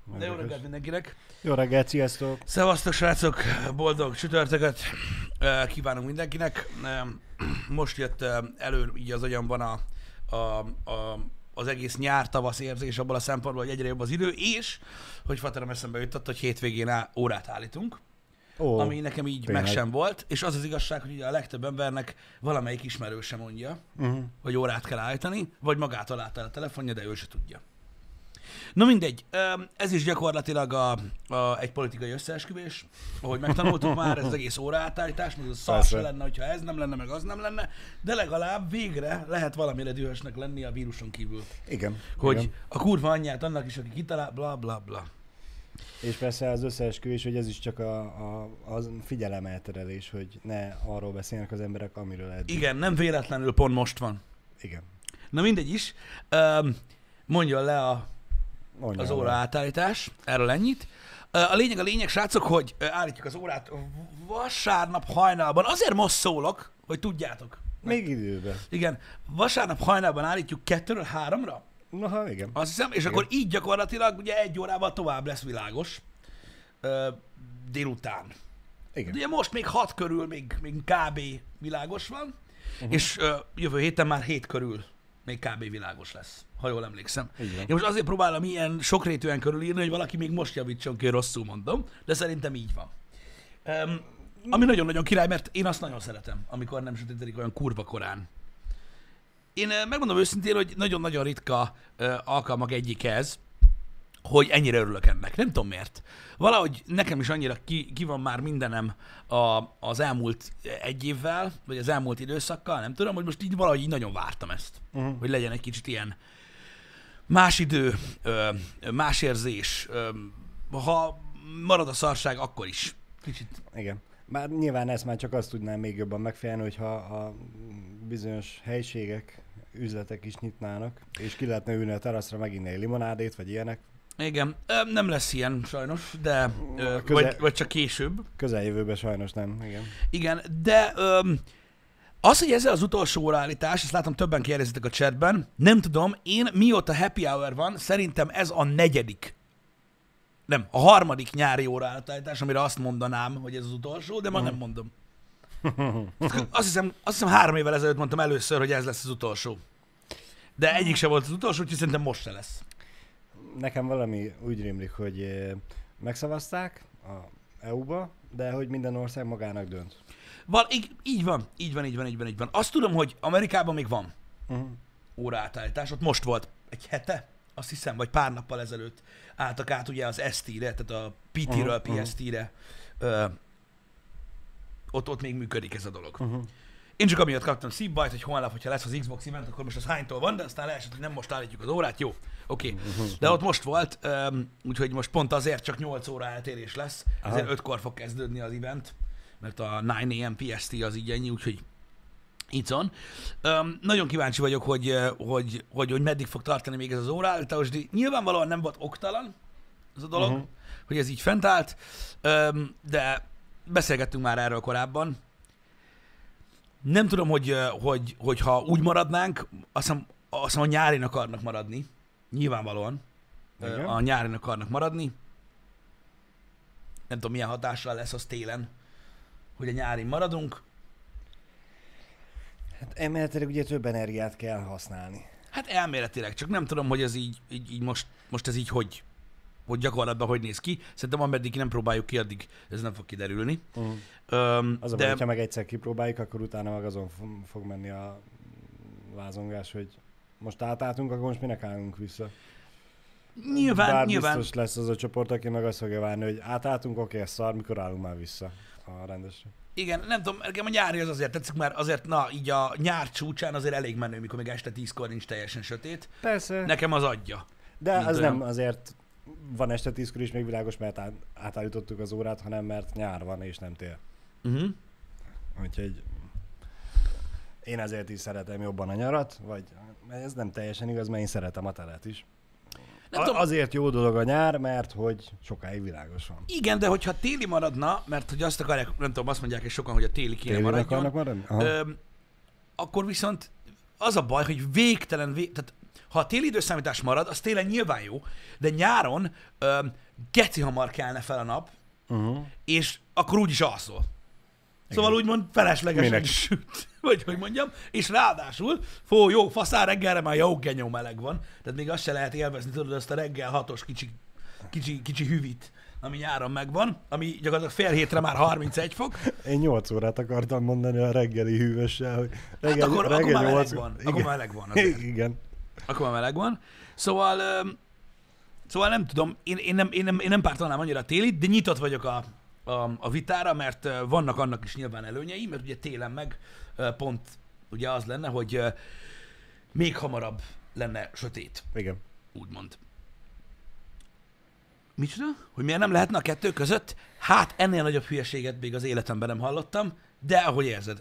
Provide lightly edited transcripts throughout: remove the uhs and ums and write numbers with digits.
De jó reggelt mindenkinek! Jó reggelt, sziasztok! Szevasztok, srácok! Boldog csütörtököt kívánunk mindenkinek! Most jött elő így az agyamban az egész nyár-tavasz érzés abban a szempontból, hogy egyre jobb az idő, és hogy Faterom eszembe jutott, hogy hétvégén órát állítunk, ami nekem így tényleg. meg sem volt, és az az igazság, hogy ugye a legtöbb embernek valamelyik ismerőse mondja, hogy órát kell állítani, vagy magától áll a telefonja, de ő se tudja. Na mindegy, ez is gyakorlatilag egy politikai összeesküvés, ahogy megtanultuk már, ez az egész óraátállítás, meg az szar se lenne, hogyha ez nem lenne, meg az nem lenne, de legalább végre lehet valamire dühösnek lenni a víruson kívül. Igen. Hogy igen. a kurva anyját annak is, aki kitalál, bla bla bla. És persze az összeesküvés, hogy ez is csak a figyelemelterelés, hogy ne arról beszélnek az emberek, amiről eddig. Igen, nem véletlenül pont most van. Igen. Na mindegy is, mondjon le az óra átállítás, erről ennyit. A lényeg, srácok, hogy állítjuk az órát vasárnap hajnalban. Azért most szólok, hogy tudjátok. Még időben. Igen, vasárnap hajnalban állítjuk 2-ről 3-ra. Naha, igen. Azt hiszem, és igen. akkor így gyakorlatilag ugye 1 órával tovább lesz világos délután. Igen. De ugye most még 6 körül még kb. Világos van, és jövő héten már 7 körül még kb. Világos lesz, ha jól emlékszem. Én most azért próbálom ilyen sokrétűen körülírni, hogy valaki még most javítson ki, hogy rosszul mondom, de szerintem így van. Ami nagyon-nagyon király, mert én azt nagyon szeretem, amikor nem sötétedik olyan kurva korán. Én megmondom őszintén, hogy nagyon-nagyon ritka alkalmak egyik ez, hogy ennyire örülök ennek. Nem tudom miért. Valahogy nekem is annyira ki van már mindenem az elmúlt 1 évvel, vagy az elmúlt időszakkal, nem tudom, hogy most így valahogy így nagyon vártam ezt. Hogy legyen egy kicsit ilyen más idő, más érzés. Ha marad a szarság, akkor is. Kicsit. Igen. Már nyilván ezt már csak azt tudnám még jobban megfejelni, hogyha a bizonyos helységek, üzletek is nyitnának, és ki lehetne ülni a teraszra meginni egy limonádét, vagy ilyenek. Igen, nem lesz ilyen sajnos, de vagy csak később. Közeljövőben sajnos nem, igen. Igen, de az, hogy ez az utolsó óraállítás, ezt látom többen kérdezitek a chatben, nem tudom, én mióta happy hour van, szerintem ez a 4. Nem, a 3. nyári óraállítás, amire azt mondanám, hogy ez az utolsó, de ma nem mondom. Azt hiszem 3 évvel ezelőtt mondtam először, hogy ez lesz az utolsó. De egyik se volt az utolsó, úgyhogy szerintem most se lesz. Nekem valami úgy rémlik, hogy megszavazták a EU-ba, de hogy minden ország magának dönt. Így van. Azt tudom, hogy Amerikában még van óraátállítás, ott most volt egy hete, azt hiszem, vagy pár nappal ezelőtt álltak át ugye az ST-re, tehát a PT-ről PST-re. Ott még működik ez a dolog. Én csak amiatt kaptam szívbajt, hogy holnap, hogyha lesz az Xbox event, akkor most az hánytól van, de aztán leesett, hogy nem most állítjuk az órát, jó, oké. De ott most volt, úgyhogy most pont azért csak 8 óra eltérés lesz, ezért 5-kor fog kezdődni az event, mert a 9 AM PST az így ennyi, úgyhogy itt van. Nagyon kíváncsi vagyok, hogy meddig fog tartani még ez az óraállítás, de nyilvánvalóan nem volt oktalan ez a dolog, hogy ez így fent állt, de beszélgettünk már erről korábban. Nem tudom, hogy ha úgy maradnánk, azt hiszem a nyárin akarnak maradni. Nyilvánvalóan. Igen. A nyárin akarnak maradni. Nem tudom, milyen hatással lesz az télen, hogy a nyárin maradunk. Hát elméletileg ugye több energiát kell használni. Hát elméletileg, csak nem tudom, hogy ez így most ez így hogy gyakorlatban hogy néz ki. Szerintem ameddig nem próbáljuk ki, addig ez nem fog kiderülni. De hogyha meg egyszer kipróbáljuk, akkor utána meg azon fog menni a lázongás, hogy most átálltunk, akkor most minek állunk vissza. Nyilván. Biztos lesz az a csoport, aki meg azt fogja várni, hogy átálltunk, oké, ez szar, mikor állunk már vissza a rendesre. Igen, nem tudom, nekem a nyári az azért tetszik, mert azért, így a nyár csúcsán azért elég menő, mikor még este 10-kor nincs teljesen sötét. Persze. Nekem az adja. De az olyan. Nem azért van este 10-kor is még világos, mert átállítottuk az órát, hanem mert nyár van és nem tél. Úgyhogy én ezért is szeretem jobban a nyarat, vagy ez nem teljesen igaz, mert én szeretem a telet is. Azért jó dolog a nyár, mert hogy sokáig világos van. Igen, de hogyha téli maradna, mert hogy azt akarják, nem tudom, azt mondják és sokan, hogy a téli kéne maradjon, maradni? Akkor viszont az a baj, hogy végtelen, tehát ha a téli időszámítás marad, az télen nyilván jó, de nyáron geci hamar kelne fel a nap, és akkor úgyis alszol. Szóval úgymond feleslegesen süt, vagy hogy mondjam, és ráadásul, jó, faszán reggelre már jó genyó meleg van, tehát még azt se lehet élvezni, tudod, azt a reggel 6-os kicsi hüvit, ami nyáron megvan, ami gyakorlatilag fél hétre már 31 fok. Én 8 órát akartam mondani a reggeli hűvössel, hogy reggel, akkor már meleg van. Akkor meleg van. Igen. Akkor már meleg van. Szóval nem tudom, én nem pártolnám annyira a télit, de nyitott vagyok a vitára, mert vannak annak is nyilván előnyei, mert ugye télen meg pont ugye az lenne, hogy még hamarabb lenne sötét. Igen. Úgymond. Micsoda? Hogy miért nem lehetne a kettő között? Hát ennél nagyobb hülyeséget még az életemben nem hallottam, de ahogy érzed.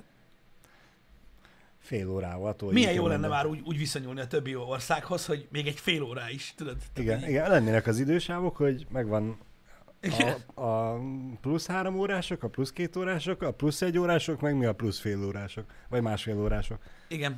Fél órával. Milyen jó lenne már úgy viszonyulni a többi országhoz, hogy még egy fél órá is, tudod? Igen, lennének az idősávok, hogy megvan a plusz 3 órások, a plusz 2 órások, a plusz 1 órások, meg mi a plusz fél órások, vagy másfél órások. Igen,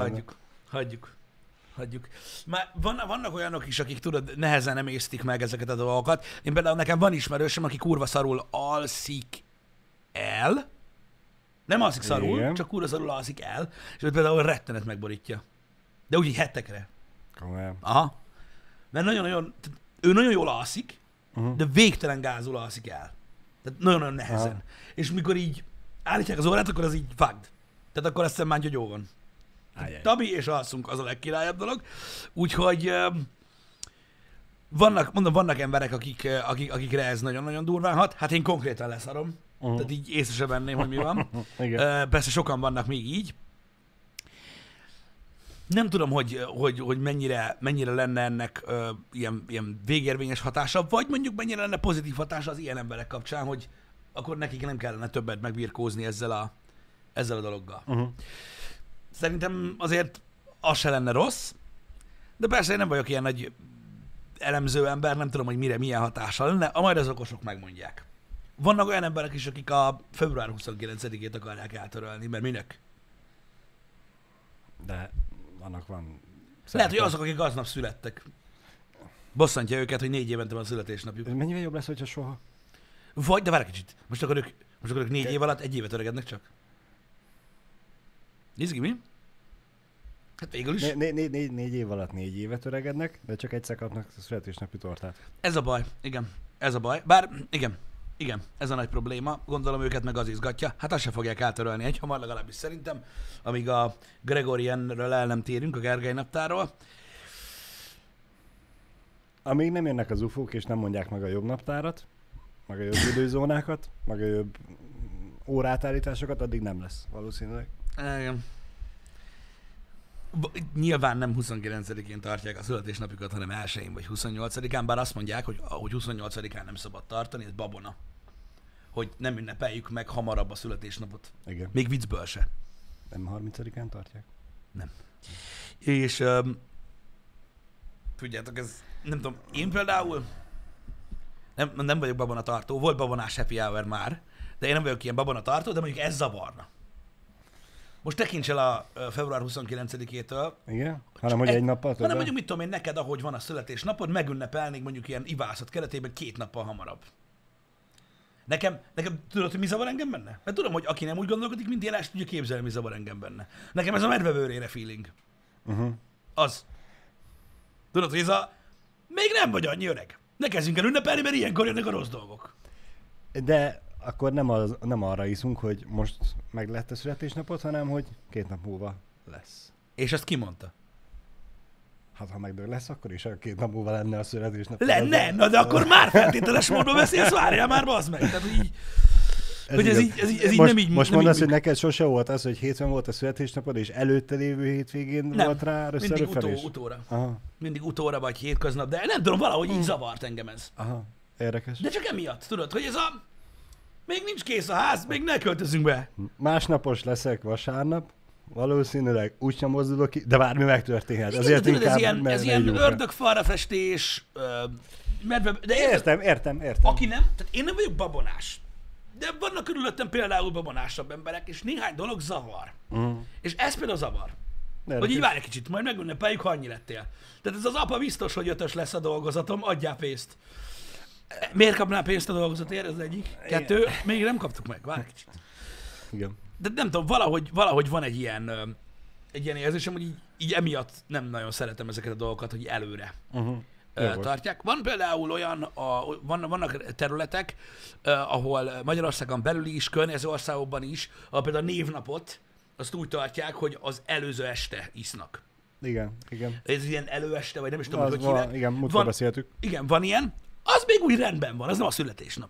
hagyjuk. Már vannak olyanok is, akik tudod, nehezen emésztik meg ezeket a dolgokat. Én például nekem van ismerősöm, aki kurva szarul alszik el. Nem alszik szarul, igen. Csak kurva szarul alszik el, és őt például rettenet megborítja. De úgy hetekre. Komolyan. Aha. Mert ő nagyon jól alszik, de végtelen gázul alszik el. Tehát nagyon-nagyon nehezen. Aha. És mikor így állítják az órát, akkor az így fagd. Tehát akkor azt hiszem már jó van. Tabi és alszunk, az a legkirályabb dolog. Úgyhogy vannak emberek, akikre ez nagyon-nagyon durván hat. Hát én konkrétan leszarom. Tehát így észre sem venném, hogy mi van. Persze sokan vannak még így. Nem tudom, hogy mennyire lenne ennek ilyen végérvényes hatása, vagy mondjuk mennyire lenne pozitív hatása az ilyen emberek kapcsán, hogy akkor nekik nem kellene többet megbirkózni ezzel a dologgal. Szerintem azért az se lenne rossz, de persze én nem vagyok ilyen nagy elemző ember, nem tudom, hogy milyen hatása lenne, majd az okosok megmondják. Vannak olyan emberek is, akik a február 29-ét akarják eltörölni, mert minek? De annak van... Lehet, hogy azok, akik aznap születtek. Bosszantja őket, hogy 4 évente van a születésnapjuk. Mennyivel jobb lesz, hogyha soha? Vagy, de várj kicsit. Most akkor ők 4 év alatt 1 évet öregednek csak. Nézd mi? Hát végül is. 4 év alatt 4 évet öregednek, de csak egyszer kapnak születésnapi tortát. Ez a baj, igen. Ez a baj. Bár igen, ez a nagy probléma. Gondolom őket meg az izgatja. Hát azt se fogják eltörölni egyhamar, legalábbis szerintem, amíg a Gregorianről el nem térünk, a Gergely naptárról. Amíg nem jönnek az ufók, és nem mondják meg a jobb naptárat, meg a jobb időzónákat, meg a jobb órátállításokat, addig nem lesz valószínűleg. Igen. Nyilván nem 29-én tartják a születésnapjukat, hanem 1-én vagy 28-án, bár azt mondják, hogy 28-án nem szabad tartani, ez babona. Hogy nem ünnepeljük meg hamarabb a születésnapot. Igen. Még viccből se. Nem 30-án tartják? Nem. És tudjátok, ez nem tudom, én például nem vagyok babona tartó, volt babonás happy hour már, de én nem vagyok ilyen babona tartó, de mondjuk ez zavarna. Most tekints el a február 29-től. Igen? Hanem, hogy egy nappal többen? Hanem mondjuk, mit tudom én, neked, ahogy van a születésnapod, megünnepelnék mondjuk ilyen ivászat keretében 2 nappal hamarabb. Nekem tudod, hogy mi zavar engem benne? Mert tudom, hogy aki nem úgy gondolkodik, mint én, el tudja képzelni, mi zavar engem benne. Nekem ez a medvebőrére feeling. Az. Tudod, hogy ez a... Még nem vagy annyi öreg. Ne kezdjünk el ünnepelni, mert ilyenkor jönnek a rossz dolgok. De akkor nem arra iszunk, hogy most meg lett a születésnapot, hanem hogy 2 nap múlva lesz. És azt ki mondta? Hát ha megdől lesz, akkor is 2 nap múlva lenne a születésnap. Lenne, na de akkor már feltételes módon beszélsz, várjál már, bazd meg. Tehát, hogy így, hogy ez így most, nem így... Most mondasz, hogy neked sose volt az, hogy hétfőn volt a születésnapod, és előtte lévő hétvégén nem, volt rá mindig utóra. Aha. Mindig utóra vagy hétköznap, de nem tudom, valahogy így zavart engem ez. Aha, érdekes. De csak emiatt, tudod, hogy ez a... Még nincs kész a ház, még ne költözünk be. Másnapos leszek vasárnap, valószínűleg úgysem mozdulok ki, de bármi megtörténhet. Igen, azért tudod, ez ilyen ördögfalra festés, medve... De értem. Aki nem, tehát én nem vagyok babonás. De vannak körülöttem például babonásabb emberek, és néhány dolog zavar. És ez például zavar. Hogy így várj egy kicsit, majd megünnepeljük, ha annyi lettél. Tehát ez az apa biztos, hogy 5-ös lesz a dolgozatom, adjál pénzt. Miért kapnál pénzt a dolgozatért? Ez az egyik. 2, még nem kaptuk meg, várj egy kicsit. Igen. De nem tudom, valahogy van egy ilyen érzésem, hogy így emiatt nem nagyon szeretem ezeket a dolgokat, hogy előre tartják. Van például vannak területek, ahol Magyarországon belül is, környező országokban is, ahol például a névnapot azt úgy tartják, hogy az előző este isznak. Igen. Ez ilyen előeste, vagy nem is tudom, hogy hívják. Igen, múltkor beszéltük. Igen, van ilyen. Az még úgy rendben van, az nem a születésnap.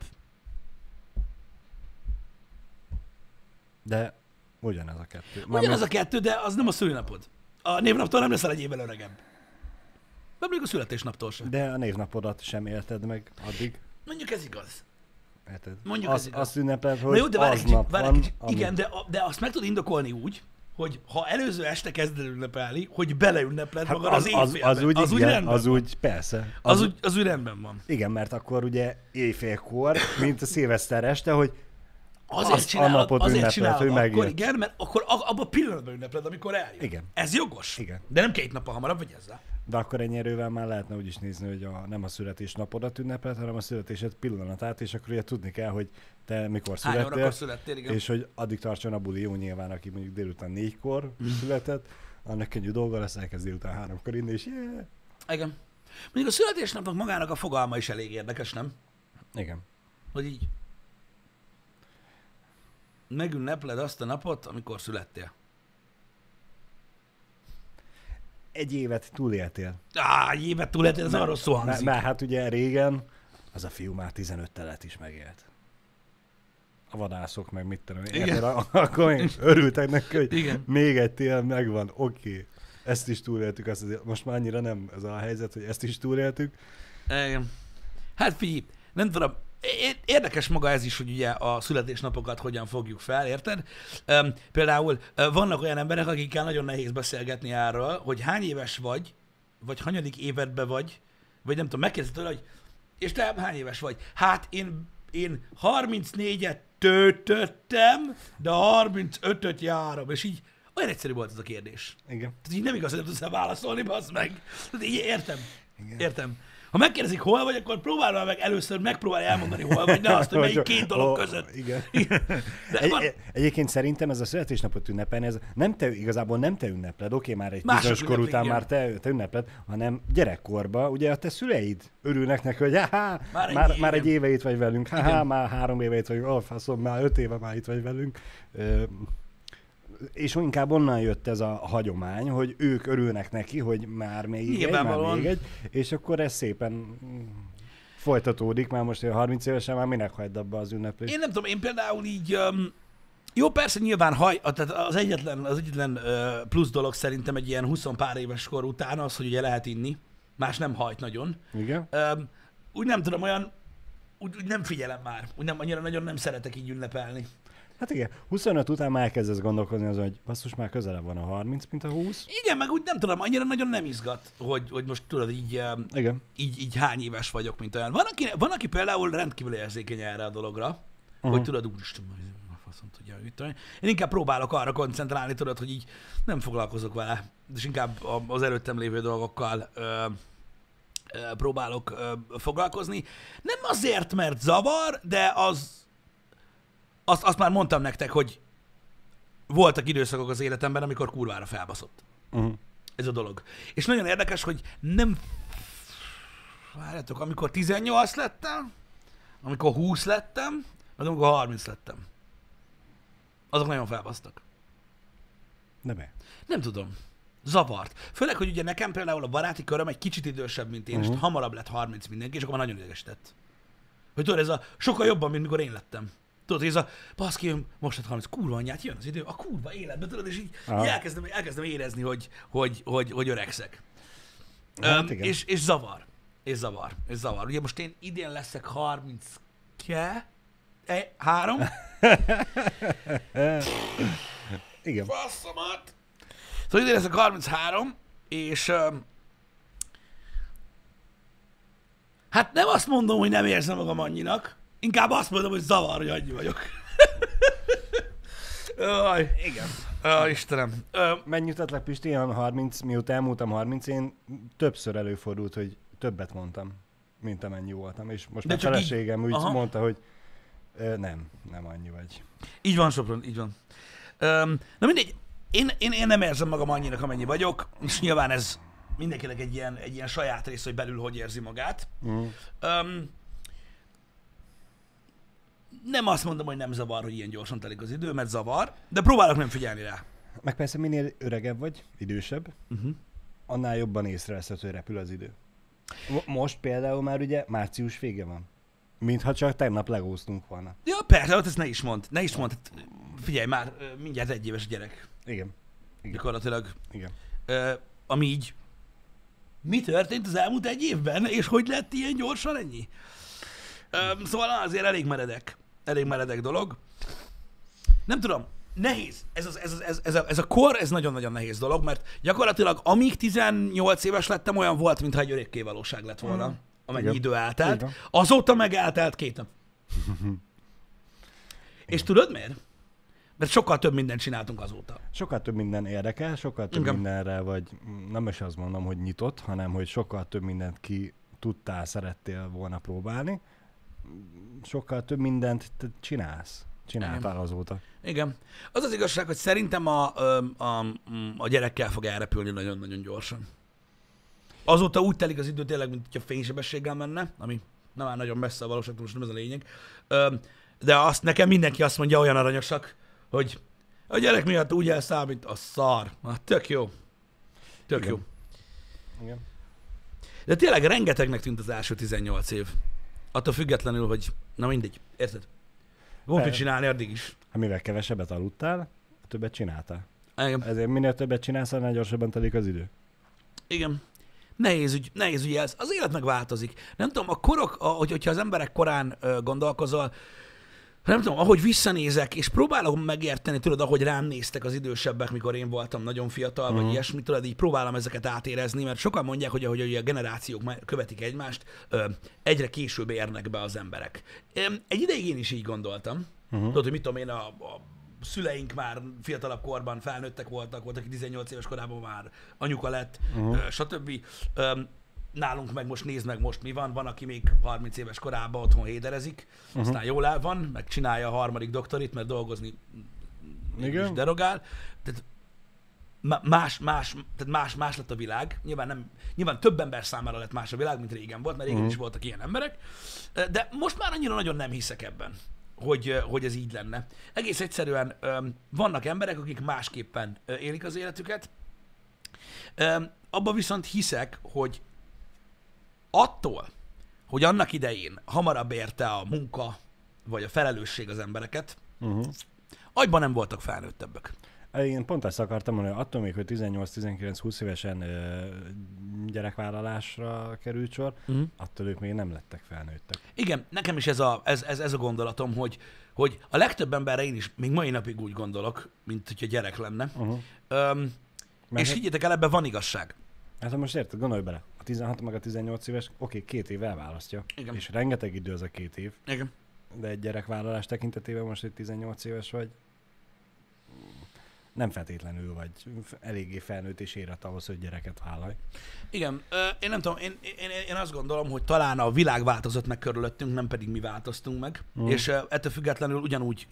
De ugyanez a kettő. Ugyanez a kettő, de az nem a szülinapod. A névnaptól nem leszel egy évvel öregebb. De mondjuk a születésnaptól sem. De a névnapodat sem élted meg addig. Mondjuk ez igaz. Érted? Mondjuk ez igaz. Azt ünnepeled, hogy jó, de aznap van. Igen, de azt meg tudod indokolni úgy, hogy ha előző este kezded ünnepelni, hogy beleünnepled magad az éjfélben. Az úgy rendben van. úgy, persze. Az úgy rendben van. Igen, mert akkor ugye éjfélkor, mint a szilveszter este, hogy azért csinálod akkor, igen, mert akkor abban a pillanatban ünnepled, amikor eljön. Igen. Ez jogos. Igen. De nem 2 nappal hamarabb, vagy ezzel. De akkor ennyi erővel már lehetne úgy is nézni, hogy nem a születésnapodat ünnepelt, hanem a születésed pillanatát, és akkor ugye tudni kell, hogy te mikor születtél, igen. És hogy addig tartson a buli. Jó, nyilván, aki mondjuk délután 4-kor született, annak könnyű dolga lesz, elkezd délután 3-kor inni, és Igen. Mondjuk a születésnapnak magának a fogalma is elég érdekes, nem? Igen. Hogy így megünnepled azt a napot, amikor születtél. Egy évet túléltél. Egy évet túléltél, ez arra rosszul hangzik. Mert hát ugye régen az a fiú már 15 telet is megélt. A vadászok meg mit tudom én. Akkor még örültek neki, hogy igen. Még egy tél megvan, oké. Ezt is túléltük, most már annyira nem ez a helyzet, hogy ezt is túléltük. Igen. Hát figyelj, nem tudom, érdekes maga ez is, hogy ugye a születésnapokat hogyan fogjuk fel, érted? Például vannak olyan emberek, akikkel nagyon nehéz beszélgetni arról, hogy hány éves vagy hanyadik évedben vagy nem tudom, megkérdezed tőle, hogy és te hány éves vagy? Hát én 34-et töltöttem, de 35-öt járom, és így olyan egyszerű volt ez a kérdés. Igen. Tehát így nem igaz, hogy nem tudsz válaszolni, bassz meg. Tehát így értem. Ha megkérdezik, hol vagy, akkor próbálj meg először megpróbálj elmondani, hol vagy, ne azt, hogy melyik 2 dolog között. Igen. Egyébként szerintem ez a születésnapot ünnepelni, ez igazából nem te ünnepled, oké, már egy bizonyos kor után már te ünnepled, hanem gyerekkorban, ugye a te szüleid örülnek neki, hogy már egy éve itt vagy velünk, már 3 éve itt vagy, faszom, már 5 éve már itt vagy velünk. És inkább onnan jött ez a hagyomány, hogy ők örülnek neki, hogy már még egy, és akkor ez szépen folytatódik, már most 30 évesen már minek hagyd abba az ünneplést. Én nem tudom, én például így, jó persze nyilván tehát az egyetlen plusz dolog szerintem egy ilyen 20 pár éves kor után az, hogy ugye lehet inni, más nem hajt nagyon. Igen. Úgy nem tudom, úgy nem figyelem már, úgy nem, annyira nagyon nem szeretek így ünnepelni. Hát igen, 25 után már elkezdesz gondolkozni azon, hogy basszus, már közelebb van a 30, mint a 20. Igen, meg úgy nem tudom, annyira nagyon nem izgat, hogy most tudod, így hány éves vagyok, mint olyan. Van, aki például rendkívül érzékeny erre a dologra, hogy tudod, úristen, a faszom tudja, mit tudom. Én inkább próbálok arra koncentrálni, tudod, hogy így nem foglalkozok vele, és inkább az előttem lévő dolgokkal próbálok foglalkozni. Nem azért, mert zavar, de azt már mondtam nektek, hogy voltak időszakok az életemben, amikor kurvára felbaszott. Ez a dolog. És nagyon érdekes, hogy nem... Várjátok, amikor 18 lettem, amikor 20 lettem, vagy amikor 30 lettem. Azok nagyon felbasztak. De miért? Nem tudom. Zavart. Főleg, hogy ugye nekem például a baráti köröm egy kicsit idősebb, mint én, és hamarabb lett 30 mindenki, és akkor már nagyon idegesített. Hogy tudod, ez sokkal jobban, mint mikor én lettem. Tudod, hogy ez baszki, most lett 30, kurva anyját, jön az idő, a kurva életbe, tudod, és így elkezdem érezni, hogy öregszek. Hát és zavar. És zavar. Ugye most én idén leszek 33. Igen. Basszomat! Szóval idén leszek 33, és hát nem azt mondom, hogy nem érzem magam annyinak, inkább azt mondom, hogy zavar, hogy annyi vagyok. Jaj. Igen. Istenem. Megnyugtatlak, Pisti, ilyen 30, mióta elmúltam 30, én többször előfordult, hogy többet mondtam, mint amennyi voltam. És most a feleségem úgy mondta, hogy nem annyi vagy. Így van, Sopron, így van. Na mindegy, én nem érzem magam annyinak, amennyi vagyok, és nyilván ez mindenkinek egy ilyen saját rész, hogy belül hogy érzi magát. Nem azt mondom, hogy nem zavar, hogy ilyen gyorsan telik az idő, mert zavar, de próbálok nem figyelni rá. Meg persze minél öregebb vagy, idősebb, annál jobban észreveszed, hogy repül az idő. Most például már ugye március vége van. Mintha csak tegnap legóztunk volna. Ja, persze, ott ezt ne is mondd. Figyelj már, mindjárt 1 éves gyerek. Igen. Gyakorlatilag. Igen. Ami így... Mi történt az elmúlt 1 évben, és hogy lett ilyen gyorsan ennyi? Szóval azért elég meredek dolog. Nem tudom, nehéz. Ez a kor, ez nagyon-nagyon nehéz dolog, mert gyakorlatilag amíg 18 éves lettem, olyan volt, mintha egy örökké valóság lett volna, amennyi idő eltelt. Igen. Azóta meg eltelt 2 nap. És tudod miért? Mert sokkal több mindent csináltunk azóta. Sokkal több minden érdekel, sokkal több mindenre, vagy nem is azt mondom, hogy nyitott, hanem hogy sokkal több mindent szerettél volna próbálni. Sokkal több mindent csináltál azóta. Igen. Az az igazság, hogy szerintem a gyerekkel fog elrepülni nagyon-nagyon gyorsan. Azóta úgy telik az idő tényleg, mint hogyha fénysebességgel menne, ami nem áll nagyon messze a valóságtól, most nem ez a lényeg. De nekem mindenki azt mondja, olyan aranyosak, hogy a gyerek miatt úgy elszáll, mint a szar. Tök jó. Tök jó. Igen. De tényleg rengetegnek tűnt az első 18 év. Attól függetlenül, hogy na mindegy, érted? Volt mit csinálni addig is. Ha mivel kevesebbet aludtál, többet csináltál. Igen. Ezért minél többet csinálsz, annál gyorsabban telik az idő. Igen. Nehéz ügy ez. Az élet megváltozik. Nem tudom, a korok, hogyha az emberek korán gondolkozol, nem tudom, ahogy visszanézek, és próbálom megérteni, tudod, ahogy rám néztek az idősebbek, mikor én voltam nagyon fiatal, vagy ilyesmi, tudod, így próbálom ezeket átérezni, mert sokan mondják, hogy ahogy a generációk követik egymást, egyre később érnek be az emberek. Egy ideig én is így gondoltam. Tudod, hogy mit tudom én, a szüleink már fiatalabb korban felnőttek voltak, aki 18 éves korában már anyuka lett, stb. Nálunk meg most nézd meg most mi van, aki még 30 éves korában otthon héderezik, aztán jól el van, meg csinálja a 3. doktorit, mert dolgozni is derogál. Tehát más lett a világ. Nyilván több ember számára lett más a világ, mint régen volt, mert régen is voltak ilyen emberek. De most már annyira nagyon nem hiszek ebben, hogy ez így lenne. Egész egyszerűen vannak emberek, akik másképpen élik az életüket. Abban viszont hiszek, hogy attól, hogy annak idején hamarabb érte a munka, vagy a felelősség az embereket, agyban nem voltak felnőttebbek. Én pont ezt akartam mondani, attól még, hogy 18-19-20 évesen gyerekvállalásra került sor, attól ők még nem lettek felnőttek. Igen, nekem is ez a gondolatom, hogy a legtöbb emberre én is még mai napig úgy gondolok, mint hogyha gyerek lenne. És higgyétek el, ebben van igazság. Hát most érted, gondolj bele, a 16 meg a 18 éves, 2 év elválasztja. Igen. És rengeteg idő az a 2 év. Igen. De egy gyerekvállalás tekintetében most, hogy 18 éves vagy, nem feltétlenül vagy eléggé felnőtt és érett ahhoz, hogy gyereket vállalj. Igen, én nem tudom, én azt gondolom, hogy talán a világ változott meg körülöttünk, nem pedig mi változtunk meg, és ettől függetlenül ugyanúgy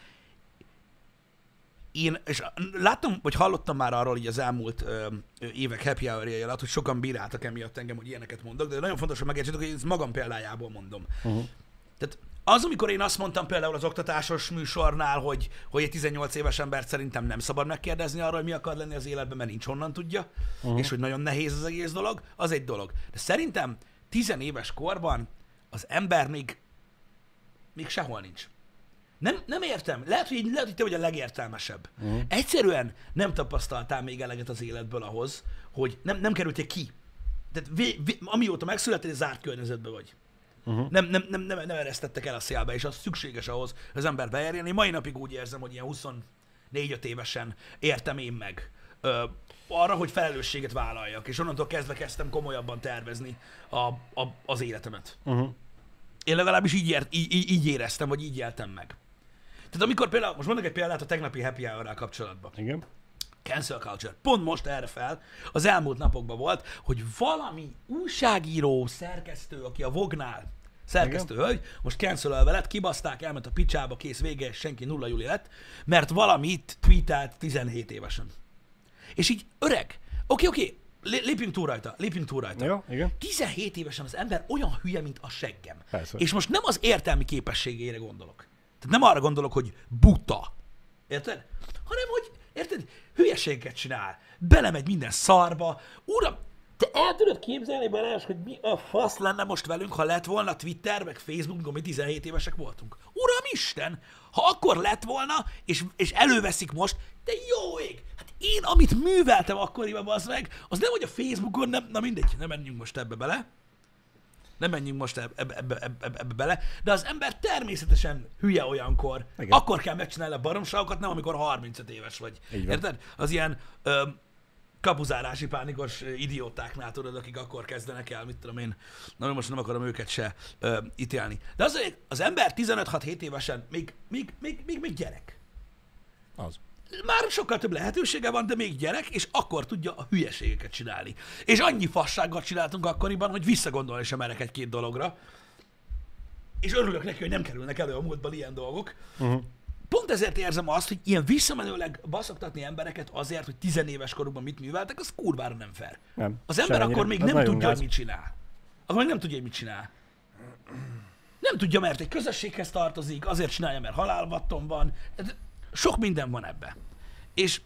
és láttam, vagy hallottam már arról így az elmúlt évek happy hour-jai alatt, hogy sokan bíráltak emiatt engem, hogy ilyeneket mondok, de nagyon fontos, hogy megértsétek, hogy ezt magam példájából mondom. Tehát az, amikor én azt mondtam például az oktatásos műsornál, hogy egy 18 éves embert szerintem nem szabad megkérdezni arról, hogy mi akar lenni az életben, mert nincs honnan tudja, és hogy nagyon nehéz az egész dolog, az egy dolog. De szerintem 10 éves korban az ember még sehol nincs. Nem értem. Lehet, hogy te vagy a legértelmesebb. Egyszerűen nem tapasztaltál még eleget az életből ahhoz, hogy nem kerültél ki. Tehát amióta megszülettél, zárt környezetben vagy. Nem eresztettek el a szélbe, és az szükséges ahhoz, hogy az ember beérjen. Én mai napig úgy érzem, hogy ilyen 24-5 évesen értem én meg arra, hogy felelősséget vállaljak, és onnantól kezdve kezdtem komolyabban tervezni az életemet. Én legalábbis így éreztem, vagy így éltem meg. Tehát amikor például, most mondok egy példát a tegnapi happy hour-rel kapcsolatban. Igen. Cancel culture. Pont most erre fel, az elmúlt napokban volt, hogy valami újságíró, szerkesztő, aki a Vognál, szerkesztő hölgy, most cancel veled, kibaszták, elment a picsába, kész, vége, senki nulla júli lett, mert valamit tweetelt 17 évesen. És így öreg, oké, lépjünk túl rajta. Jó, igen. 17 évesen az ember olyan hülye, mint a seggem. Persze. És most nem az értelmi képességére gondolok. Tehát nem arra gondolok, hogy buta. Érted? Hanem, hogy érted? Hülyeségeket csinál. Belemegy minden szarba. Uram, te el tudod képzelni, Balázs, hogy mi a fasz lenne most velünk, ha lett volna Twitter, meg Facebook, amikor mi 17 évesek voltunk? Uramisten! Ha akkor lett volna, és előveszik most, de jó ég! Hát én, amit műveltem akkoriban, az meg, az nem, hogy a Facebookon, nem, na mindegy, nem menjünk most ebbe bele. Nem menjünk most ebbe bele, de az ember természetesen hülye olyankor. Igen. Akkor kell megcsinálni a baromságokat, nem amikor 35 éves vagy. Érted? Az ilyen kapuzárási pánikos idiótáknál, tudod, akik akkor kezdenek el, mit tudom én, na most nem akarom őket se ítélni. De az ember 15-6-7 évesen még gyerek. Az. Már sokkal több lehetősége van, de még gyerek, és akkor tudja a hülyeségeket csinálni. És annyi fassággal csináltunk akkoriban, hogy visszagondolni sem merek egy-két dologra. És örülök neki, hogy nem kerülnek elő a múltban ilyen dolgok. Pont ezért érzem azt, hogy ilyen visszamenőleg baszoktatni embereket azért, hogy 10 éves korukban mit műveltek, az kurvára nem fair. Nem. Az ember akkor még nem tudja, hogy mit csinál. Akkor még nem tudja, hogy mit csinál. Nem tudja, mert egy közösséghez tartozik, azért csinálja, mert halálvatton van. Sok minden van ebbe. És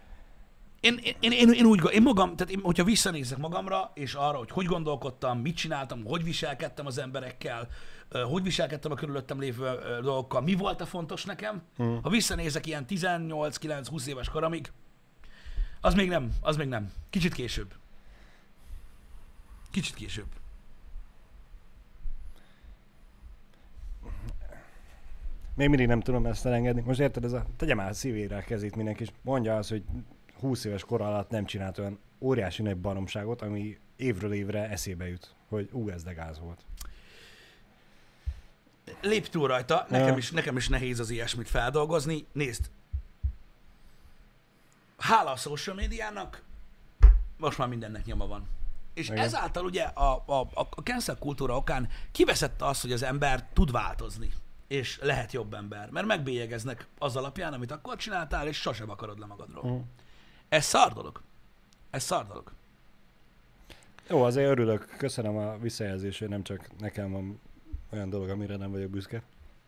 én magam, tehát hogyha visszanézek magamra, és arra, hogy gondolkodtam, mit csináltam, hogy viselkedtem az emberekkel, hogy viselkedtem a körülöttem lévő dolgokkal, mi volt a fontos nekem, ha visszanézek ilyen 18-9-20 éves koromig, az még nem. Kicsit később. Még mindig nem tudom ezt elengedni. Most érted, tegye már szívére a kezét mindenki, és mondja azt, hogy 20 éves kor alatt nem csinált olyan óriási nagy baromságot, ami évről évre eszébe jut, hogy ez de gáz volt. Lépj túl rajta, nekem is nehéz az ilyesmit feldolgozni. Nézd, hála a social médiának, most már mindennek nyoma van. És igen. Ezáltal ugye a cancel kultúra okán kiveszett az, hogy az ember tud változni, és lehet jobb ember, mert megbélyegeznek az alapján, amit akkor csináltál, és sosem akarod le magadról. Ez szar dolog. Jó, azért örülök. Köszönöm a visszajelzést, hogy nem csak nekem van olyan dolog, amire nem vagyok büszke.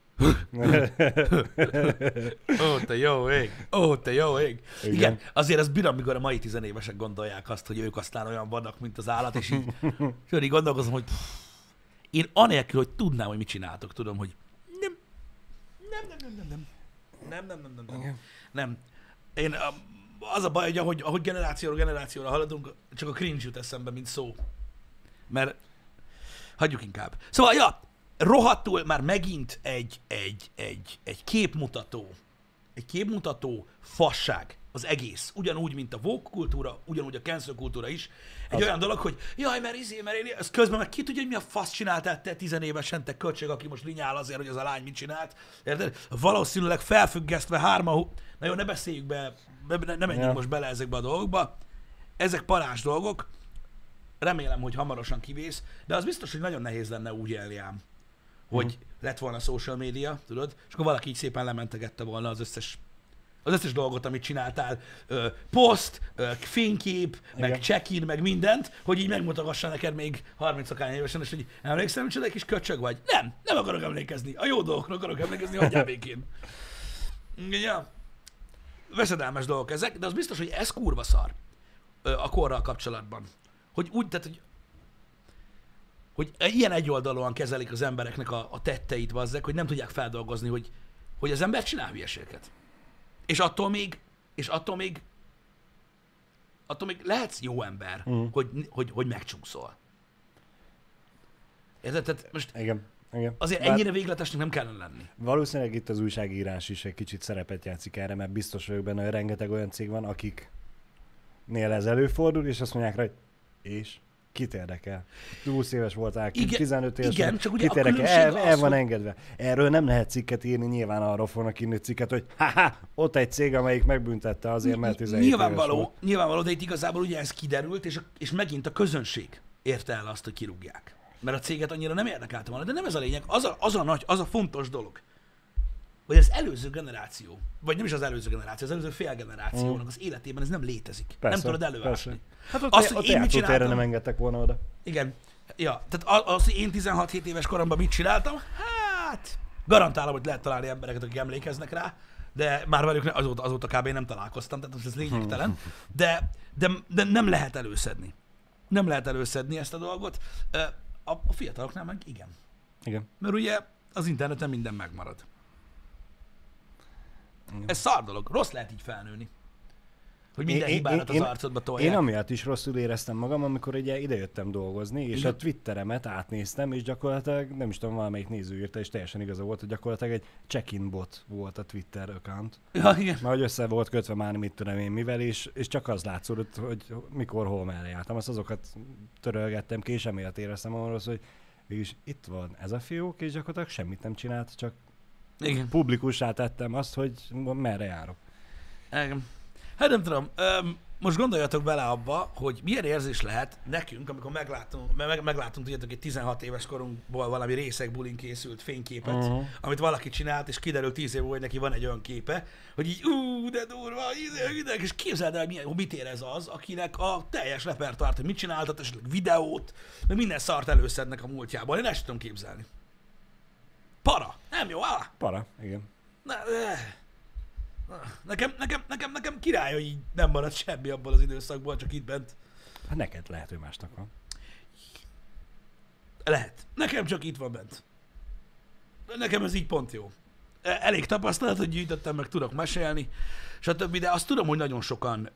Te jó ég. Igen, azért az bírom, amikor a mai 10 évesek gondolják azt, hogy ők aztán olyan vannak, mint az állat, és így gondolkozom, hogy én anélkül, hogy tudnám, hogy mit csináltok, tudom, hogy nem. Én az a baj, hogy ahogy generációra haladunk, csak a cringe jut eszembe, mint szó. Mert hagyjuk inkább. Szóval, ja, rohadtul már megint egy képmutató fasság az egész. Ugyanúgy, mint a woke kultúra, ugyanúgy a cancel kultúra is. Egy olyan dolog, hogy jaj, mert én, ez közben meg ki tudja, hogy mi a fasz csináltál te 10 évesen, te költség, aki most rinyál azért, hogy az a lány mit csinált. Érted? Valószínűleg felfüggesztve hárma. Na jó, ne beszéljük be, ne menjünk most bele ezekbe a dolgokba. Ezek parás dolgok. Remélem, hogy hamarosan kivész, de az biztos, hogy nagyon nehéz lenne úgy élni ám, hogy lett volna social média, tudod, és akkor valaki így szépen lementegette volna az összes dolgot, amit csináltál, poszt, fénykép, meg check-in, meg mindent, hogy így megmutogassa neked még 30-akány évesen, és hogy emlékszem, hogy egy kis köcsög vagy. Nem akarok emlékezni. A jó dolgokra akarok emlékezni, hagyjál békén. Ja. Veszedelmes dolgok ezek, de az biztos, hogy ez kurva szar a korral kapcsolatban. Hogy úgy, tehát, hogy ilyen egyoldalúan kezelik az embereknek a tetteit, bazzek, hogy nem tudják feldolgozni, hogy az ember csinál hülyeséget. És attól még lehetsz jó ember, hogy megcsúszol. Érted? Tehát most igen. Azért ennyire végletesnek nem kellene lenni. Valószínűleg itt az újságírás is egy kicsit szerepet játszik erre, mert biztos vagyok benne, hogy rengeteg olyan cég van, akiknél ez előfordul, és azt mondják rá, hogy és Kit érdekel? 20 éves voltál, Igen, 15 éves, igen, csak ugye kit a érdekel? különbség El az, van hogy- engedve. Erről nem lehet cikket írni, nyilván arról fognak írni cikket, hogy ott egy cég, amelyik megbüntette azért, mert 17 éves volt. Nyilvánvaló, de itt igazából ugye ez kiderült, és megint a közönség érte el azt, hogy kirúgják. Mert a céget annyira nem érdekelte volna, de nem ez a lényeg, az a fontos dolog, hogy az előző generáció, vagy nem is az előző generáció, az előző fél generációnak az életében ez nem létezik. Persze, Nem tudod előásni. Hát ott, Azt, ott hogy én mit játszótérre csináltam, nem engedtek volna oda. igen, ja, tehát az, hogy én 16-7 éves koromban mit csináltam, hát garantálom, hogy lehet találni embereket, akik emlékeznek rá, de már velük azóta kb. Nem találkoztam, tehát ez lényegtelen, de nem lehet előszedni. Nem lehet előszedni ezt a dolgot. A fiataloknál meg igen. Igen. Mert ugye az interneten minden megmarad. Igen. Ez szar dolog. Rossz lehet így felnőni. Hogy minden hibárat az arcodba tolják. Én amiatt is rosszul éreztem magam, amikor ugye idejöttem dolgozni, és Igen. a Twitteremet átnéztem, és gyakorlatilag, nem is tudom, valamelyik néző írta, és teljesen igaza volt, hogy gyakorlatilag egy check-in bot volt a Twitter account. Ja, igen. Mert hogy össze volt kötve már mit tudom én mivel, és csak az látszódott, hogy mikor, hol, merre jártam. Azt azokat törölgettem ki, és emiatt éreztem arról, hogy végülis itt van ez a fiók, és gyakorlatilag semmit nem csinált, csak Igen. publikussá tettem azt, hogy merre járok. Igen. Hát nem tudom, most gondoljatok bele abba, hogy milyen érzés lehet nekünk, amikor meglátunk tudjátok, egy 16 éves korunkból valami részegbulin készült fényképet, amit valaki csinált, és kiderül 10 év múlva, hogy neki van egy olyan képe, hogy így de durva, és képzeld el, hogy mit érez az, akinek a teljes repertoárt, hogy mit csináltat, esetleg videót, meg minden szart előszednek a múltjából. Én ezt tudom képzelni. Para, nem jó, Para, igen. Nekem király, hogy így nem maradt semmi abból az időszakból, csak itt bent. Hát neked lehet, hogy másnak van. Lehet. Nekem csak itt van bent. Nekem ez így pont jó. Elég tapasztalatot gyűjtöttem, meg tudok mesélni, stb. De azt tudom, hogy nagyon sokan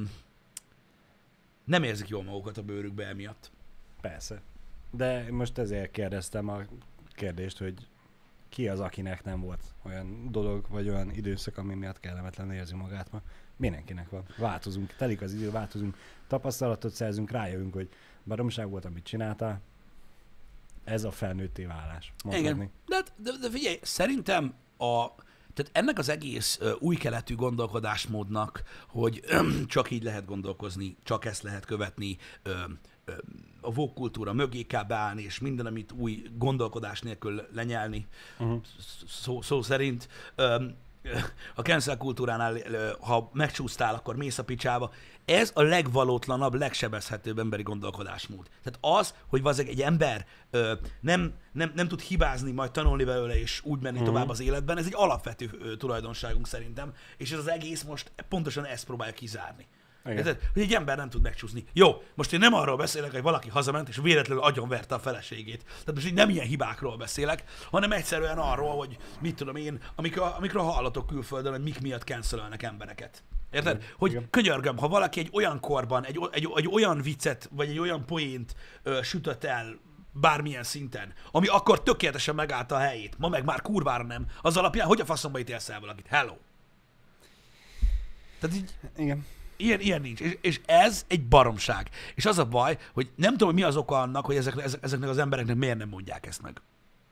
nem érzik jól magukat a bőrükbe emiatt. Persze. De most ezért kérdeztem a kérdést, hogy ki az, akinek nem volt olyan dolog, vagy olyan időszak, ami miatt kellemetlen érzi magát ma. Mindenkinek van. Változunk, telik az idő, változunk, tapasztalatot szerzünk, rájövünk, hogy baromság volt, amit csináltál. Ez a felnőtté válás. Igen. De figyelj, szerintem tehát ennek az egész új keletű gondolkodásmódnak, hogy csak így lehet gondolkozni, csak ezt lehet követni, a woke kultúra mögé kell beállni, és minden, amit új gondolkodás nélkül lenyelni, szó szerint. A cancel kultúránál, ha megcsúsztál, akkor mész a picsába. Ez a legvalótlanabb, legsebezhetőbb emberi gondolkodásmód. Tehát az, hogy egy ember nem tud hibázni, majd tanulni belőle, és úgy menni tovább az életben, ez egy alapvető tulajdonságunk szerintem, és ez az egész most pontosan ezt próbálja kizárni. Érted? Hogy egy ember nem tud megcsúszni. Jó, most én nem arról beszélek, hogy valaki hazament, és véletlenül agyonverte a feleségét. Tehát most így nem ilyen hibákról beszélek, hanem egyszerűen arról, hogy mit tudom én, amikor hallatok külföldön, hogy mik miatt cancelölnek embereket. Érted? Igen. Hogy Igen. könyörgöm, ha valaki egy olyan korban, egy olyan viccet, vagy egy olyan poént sütött el bármilyen szinten, ami akkor tökéletesen megállta a helyét, ma meg már kurvára nem, az alapján hogy a faszomba ítélsz el valakit? Hello! Tehát így... Igen. Ilyen nincs. És ez egy baromság. És az a baj, hogy nem tudom, hogy mi az oka annak, hogy ezeknek az embereknek miért nem mondják ezt meg.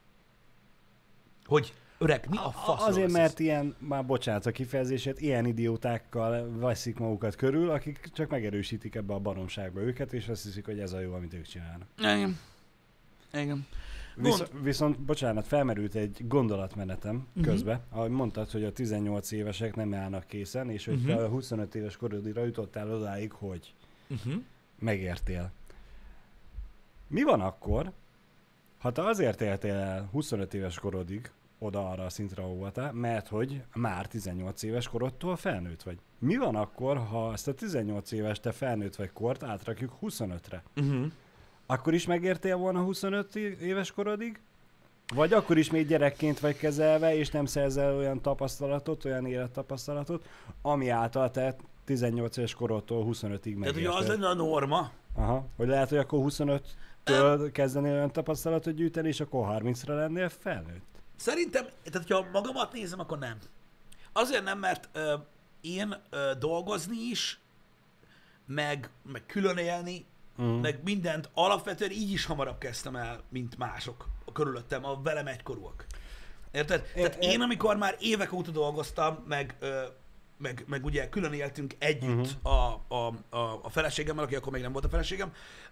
Hogy öreg, mi a fasz? Azért, mert ilyen, már bocsánat a kifejezését, ilyen idiótákkal veszik magukat körül, akik csak megerősítik ebbe a baromságba őket, és azt hiszik, hogy ez a jó, amit ők csinálnak. Igen. Viszont, bocsánat, felmerült egy gondolatmenetem közbe, ahogy mondtad, hogy a 18 évesek nem állnak készen, és hogy a 25 éves korodra jutottál odáig, hogy megértél. Mi van akkor, ha te azért éltél el 25 éves korodig, oda arra a szintre, ahol voltál, mert hogy már 18 éves korodtól felnőtt vagy. Mi van akkor, ha ezt a 18 éves te felnőtt vagy kort átrakjuk 25-re? Akkor is megértél volna 25 éves korodig? Vagy akkor is még gyerekként vagy kezelve, és nem szerzel olyan tapasztalatot, olyan élettapasztalatot, ami által te 18 éves korodtól 25-ig megértél. Tehát ugye az lenne a norma. Aha, hogy lehet, hogy akkor 25-től kezdenél olyan tapasztalatot gyűjteni, és akkor 30-ra lennél felnőtt. Szerintem, tehát ha magamat nézem, akkor nem. Azért nem, mert én dolgozni is, meg külön élni, meg mindent alapvetően így is hamarabb kezdtem el, mint mások a körülöttem, a velem egykorúak. Érted? Tehát én, amikor már évek óta dolgoztam, meg ugye külön éltünk együtt a feleségemmel, aki akkor még nem volt a feleségem,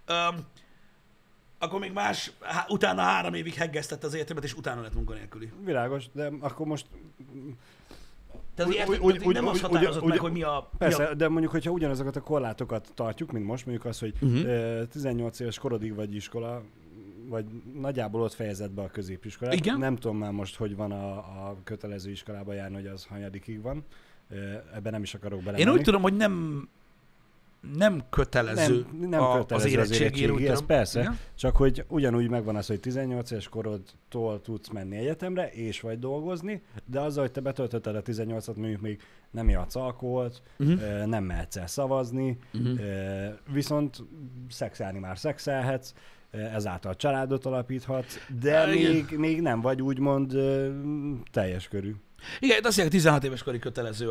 akkor még utána 3 évig heggeztette az életemet, és utána lett munkanélküli. Világos, de akkor most... Tehát nem az határozott meg, hogy mi a... Persze, de mondjuk, hogyha ugyanazokat a korlátokat tartjuk, mint most, mondjuk az, hogy 18 éves korodig vagy iskola, vagy nagyjából ott fejezed be a középiskolát. Igen? Nem tudom már most, hogy van a kötelező iskolába járni, hogy az hanyadikig van. Ebben nem is akarok belemenni. Én úgy tudom, hogy nem kötelező, az érettségi, ez persze, ja? Csak hogy ugyanúgy megvan az, hogy 18 éves korodtól tudsz menni egyetemre, és vagy dolgozni, de azzal, hogy te betöltötted a 18-at, mondjuk még nem játsz alkoholt, nem mehetsz el szavazni, viszont szexelni már szexelhetsz, ezáltal családot alapíthatsz, de még nem vagy úgymond teljes körű. Igen, azt mondják, 16 éves korig kötelező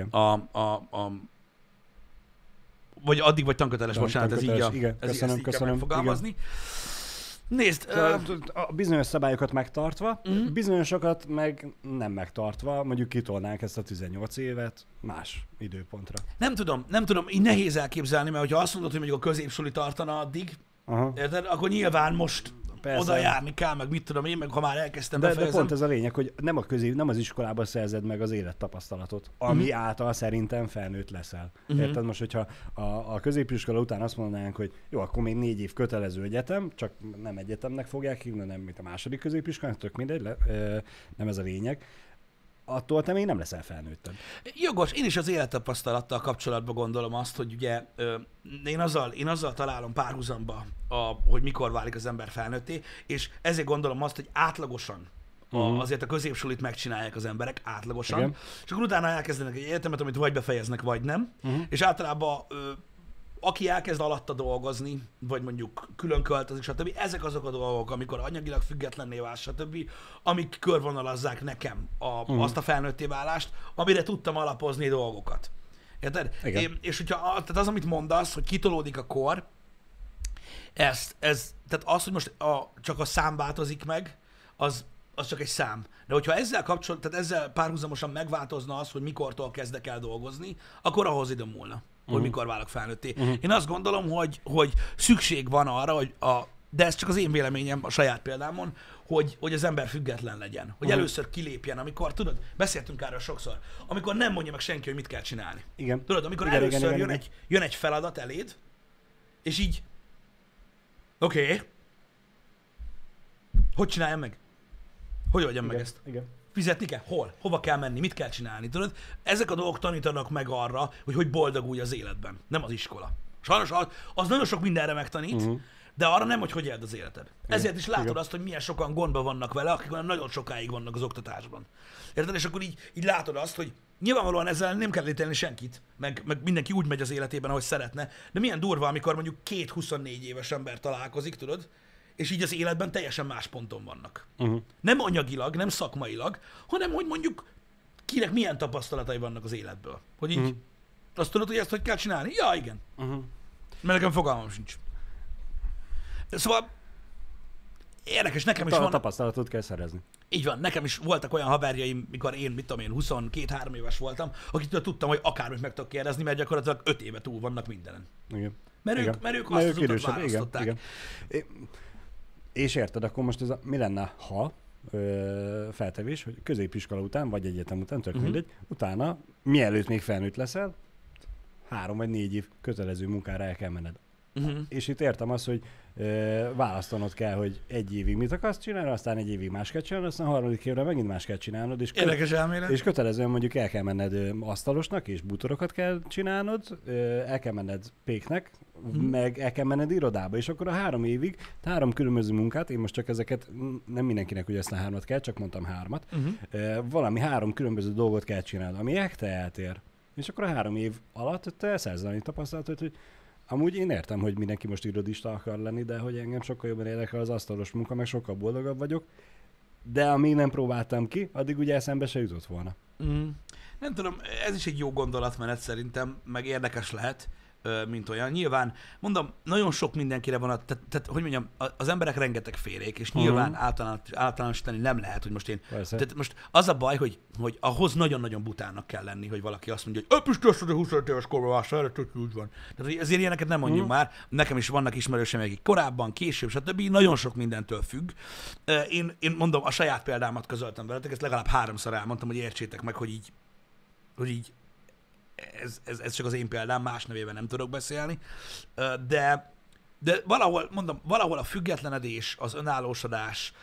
vagy addig vagy tanköteles, bocsánat, ez így köszönöm, kell megfogalmazni. Igen. Nézd! A bizonyos szabályokat megtartva, bizonyosokat meg nem megtartva, mondjuk kitolnánk ezt a 18 évet más időpontra. Nem tudom, így nehéz elképzelni, mert ha azt mondod, hogy mondjuk a középsuli tartana addig, érted? Akkor nyilván most oda járni kell, meg mit tudom én, meg ha már elkezdtem befejezem. De pont ez a lényeg, hogy nem az iskolában szerzed meg az élettapasztalatot, ami által szerintem felnőtt leszel. Érted? Most, hogyha a középiskola után azt mondanánk, hogy jó, akkor még 4 év kötelező egyetem, csak nem egyetemnek fogják hívni, nem mint a második középiskolán, tök mindegy, nem ez a lényeg. Attól te még nem leszel felnőttebb. Jogos, én is az élettapasztalattal kapcsolatban gondolom azt, hogy ugye én azzal találom párhuzamba, hogy mikor válik az ember felnőtté, és ezért gondolom azt, hogy átlagosan azért a középsulit megcsinálják az emberek, átlagosan, igen. És akkor utána elkezdenek egy egyetemet, amit vagy befejeznek, vagy nem, és általában aki elkezd alatta dolgozni, vagy mondjuk külön költözik, stb. Ezek azok a dolgok, amikor anyagilag függetlenné válsz, stb., amik körvonalazzák nekem azt a felnőtté válást, amire tudtam alapozni dolgokat. Érted? És hogyha tehát az, amit mondasz, hogy kitolódik a kor, tehát az, hogy most csak a szám változik meg, az csak egy szám. De hogyha tehát ezzel párhuzamosan megváltozna az, hogy mikortól kezdek el dolgozni, akkor ahhoz idő múlna, hogy mikor válok felnőtté. Én azt gondolom, hogy szükség van arra, hogy de ez csak az én véleményem a saját példámon, hogy az ember független legyen. Hogy először kilépjen, amikor, tudod, beszéltünk erről sokszor, amikor nem mondja meg senki, hogy mit kell csinálni. Igen. Tudod, amikor először jön egy feladat eléd, és így, oké, hogy csináljam meg? Hogy oldjam meg ezt? Igen. Fizetni kell? Hol? Hova kell menni? Mit kell csinálni? Tudod? Ezek a dolgok tanítanak meg arra, hogy boldogulj az életben. Nem az iskola. Sajnos az nagyon sok mindenre megtanít, de arra nem, hogy éld az életed. Igen. Ezért is látod azt, hogy milyen sokan gondban vannak vele, akik nagyon sokáig vannak az oktatásban. Érted? És akkor így látod azt, hogy nyilvánvalóan ezzel nem kell ítélni senkit, meg mindenki úgy megy az életében, ahogy szeretne, de milyen durva, amikor mondjuk 2 24 éves ember találkozik, tudod? És így az életben teljesen más ponton vannak. Nem anyagilag, nem szakmailag, hanem hogy mondjuk kinek milyen tapasztalatai vannak az életből. Hogy így azt tudod, hogy ezt hogy kell csinálni? Ja, igen. Mert nekem fogalmam sincs. Szóval érdekes, nekem is van... tapasztalatot kell szerezni. Így van, nekem is voltak olyan haverjaim, mikor én, 22-3 éves voltam, akiktől tudtam, hogy akármit meg tudok kérdezni, mert gyakorlatilag 5 éve túl vannak mindenen. Igen. Mert ők azt az utat választották. Igen. És érted, akkor most mi lenne, ha feltevés, hogy középiskola után, vagy egyetem után, tök mindegy, utána, mielőtt még felnőtt leszel, 3 vagy 4 év kötelező munkára el kell menned. És itt értem azt, hogy választanod kell, hogy 1 évig mit akarsz csinálni, aztán 1 évig más kell csinálni, aztán 3. évre megint más kell csinálnod, és kötelezően mondjuk el kell menned asztalosnak, és bútorokat kell csinálnod, el kell menned péknek, meg el kell menned irodába, és akkor a 3 évig 3 különböző munkát, én most csak ezeket, nem mindenkinek ugye ezt a 3-at kell, csak mondtam 3-at, valami 3 különböző dolgot kell csinálni, ami ekte eltér. És akkor a 3 év alatt te szerzel annyi tapasztalatot, hogy amúgy én értem, hogy mindenki most irodista akar lenni, de hogy engem sokkal jobban érdekel az asztalos munka, meg sokkal boldogabb vagyok. De amíg nem próbáltam ki, addig ugye eszembe se jutott volna. Nem tudom, ez is egy jó gondolatmenet szerintem, meg érdekes lehet. mint olyan. Nyilván, mondom, nagyon sok mindenkire van, tehát hogy mondjam, az emberek rengeteg félék, és nyilván általánosítani nem lehet, hogy most én... Tehát most az a baj, hogy ahhoz nagyon-nagyon butának kell lenni, hogy valaki azt mondja, hogy öpüstös, hogy 25 éves korban vásárolja, úgy van. Tehát ezért ilyeneket nem mondjuk már. Nekem is vannak ismerőseim, akik korábban, később, stb. Nagyon sok mindentől függ. Én mondom, a saját példámat közöltem veletek, ezt legalább 3-szor elmondtam, hogy értsétek meg, hogy így ez csak az én példám, más nevében nem tudok beszélni, de valahol, mondom, valahol a függetlenedés, az önállósodás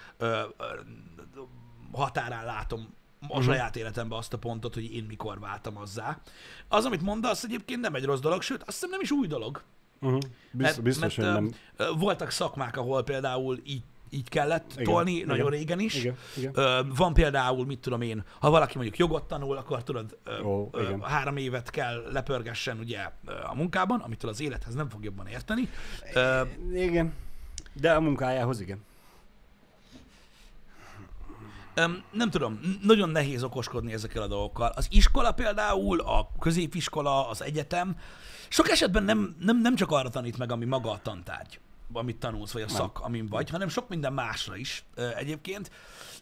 határán látom a saját életemben azt a pontot, hogy én mikor váltam azzá. Az, amit mondasz, egyébként nem egy rossz dolog, sőt, azt hiszem nem is új dolog. Biztos, hogy nem. Voltak szakmák, ahol például így kellett tolni, nagyon régen is. Igen. Van például, mit tudom én, ha valaki mondjuk jogot tanul, akkor tudod, 3 évet kell lepörgessen ugye a munkában, amitől az élethez nem fog jobban érteni. Igen, de a munkájához igen. Nem tudom, nagyon nehéz okoskodni ezekkel a dolgokkal. Az iskola például, a középiskola, az egyetem sok esetben nem csak arra tanít meg, ami maga a tantárgy, amit tanulsz, vagy a szak, amin vagy, hanem sok minden másra is egyébként.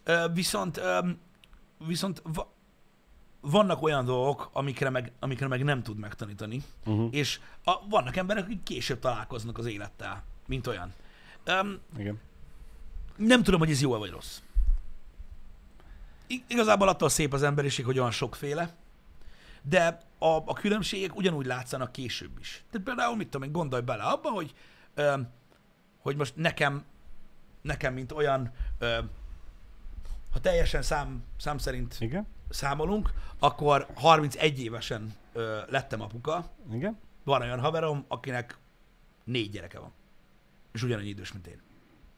Viszont vannak olyan dolgok, amikre meg nem tud megtanítani, és vannak emberek, akik később találkoznak az élettel, mint olyan. Igen. Nem tudom, hogy ez jó vagy rossz. Igazából attól szép az emberiség, hogy olyan sokféle, de a különbségek ugyanúgy látszanak később is. Tehát például, mit tudom én, gondolj bele abba, hogy most nekem mint olyan, ha teljesen szám szerint számolunk, akkor 31 évesen lettem apuka. Igen. Van olyan haverom, akinek 4 gyereke van. És ugyanannyi idős, mint én.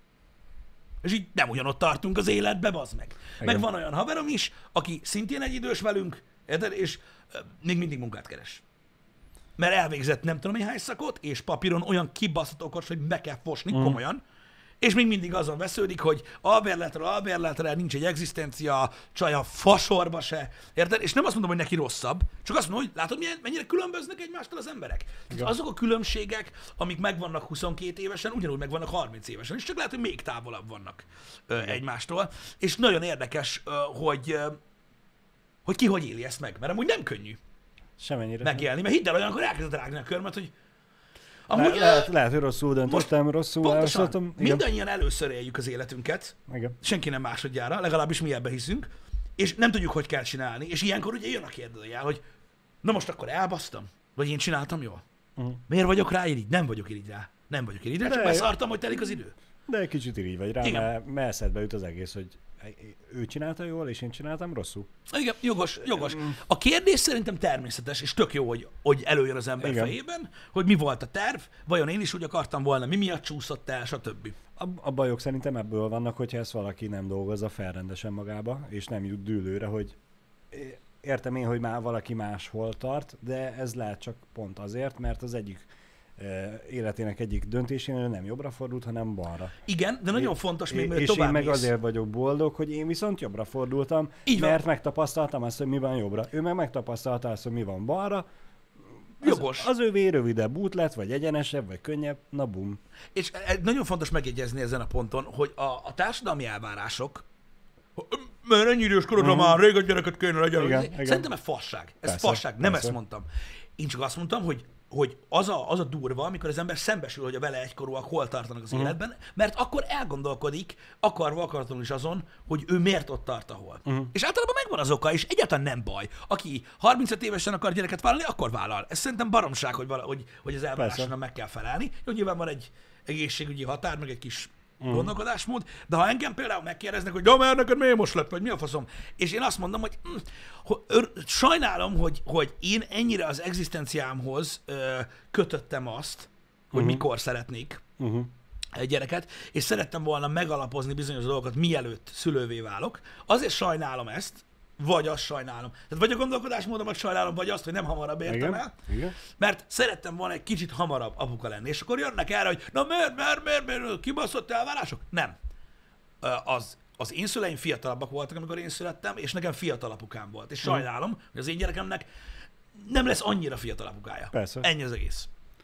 És így nem ugyanott tartunk az életbe, bazd meg. Igen. Meg van olyan haverom is, aki szintén egy idős velünk, érted? És még mindig munkát keres. Mert elvégzett nem tudom hány szakot, és papíron olyan kibaszott okos, hogy be kell fosni, komolyan, és még mindig azon vesződik, hogy albérletre nincs egy egzisztencia, csaj a fasorba se, érted? És nem azt mondom, hogy neki rosszabb, csak azt mondom, hogy látod, mennyire különböznek egymástól az emberek. Azok a különbségek, amik megvannak 22 évesen, ugyanúgy megvannak 30 évesen, és csak lehet, hogy még távolabb vannak egymástól. És nagyon érdekes, hogy ki hogy éli ezt meg, mert amúgy nem könnyű megélni, mert hidd el, olyankor elkezded rágni a körmet, hogy amúgy, lehet, hogy rosszul döntöttem, rosszul elszóltam. Mindannyian először éljük az életünket, igen. Senki nem másodjára, legalábbis mi ebbe hiszünk, és nem tudjuk, hogy kell csinálni, és ilyenkor ugye jön a kérdőjel, hogy na most akkor elbasztam, vagy én csináltam jól? Miért vagyok rá irigy? Nem vagyok irigy rá. Nem vagyok irigy rá, csak beszartam, hogy telik az idő. De egy kicsit irigy vagy rá, mert eszedbe jut az egész, hogy ő csinálta jól, és én csináltam rosszul. Igen, jogos. A kérdés szerintem természetes, és tök jó, hogy előjön az ember fejében, hogy mi volt a terv, vajon én is úgy akartam volna, mi miatt csúszott el, stb. A bajok szerintem ebből vannak, hogyha ezt valaki nem dolgozza fel rendesen magába, és nem jut dűlőre, hogy értem én, hogy már valaki máshol tart, de ez lehet csak pont azért, mert az egyik életének egyik döntésénél nem jobbra fordult, hanem balra. Igen, de nagyon fontos még, mert tovább én meg azért vagyok boldog, hogy én viszont jobbra fordultam, mert megtapasztaltam azt, hogy mi van jobbra. Ő meg megtapasztalta azt, hogy mi van balra. Jogos. Az ővé rövidebb út lett, vagy egyenesebb, vagy könnyebb, na bum. És nagyon fontos megjegyezni ezen a ponton, hogy a társadalmi elvárások, mert ennyi idős korodra már régen gyereket kéne legyen. Szerintem ez fasság. Ez fasság, nem ezt mondtam. Én csak azt mondtam, hogy az a durva, amikor az ember szembesül, hogy a vele egykorúak hol tartanak az életben, mert akkor elgondolkodik, akaratlanul is azon, hogy ő miért ott tart, ahol. És általában megvan az oka, és egyáltalán nem baj. Aki 35 évesen akar gyereket vállalni, akkor vállal. Ez szerintem baromság, hogy az elvárásnak meg kell felelni. Jó, nyilván van egy egészségügyi határ, meg egy kis gondolkodásmód, de ha engem például megkérdeznek, hogy mert neked miért most lett, vagy mi a faszom, és én azt mondom, hogy sajnálom, hogy én ennyire az egzisztenciámhoz kötöttem azt, hogy mikor szeretnék egy gyereket, és szerettem volna megalapozni bizonyos dolgokat, mielőtt szülővé válok. Azért sajnálom ezt, vagy azt sajnálom. Tehát vagy a gondolkodásmódomat sajnálom, vagy azt, hogy nem hamarabb értem el. Igen. Mert szerettem volna egy kicsit hamarabb apuka lenni. És akkor jönnek erre, hogy na miért kibaszott elvárások? Nem. Az én szüleim fiatalabbak voltak, amikor én születtem, és nekem fiatal apukám volt. És sajnálom, hogy az én gyerekemnek nem lesz annyira fiatal apukája. Persze. Ennyi az egész.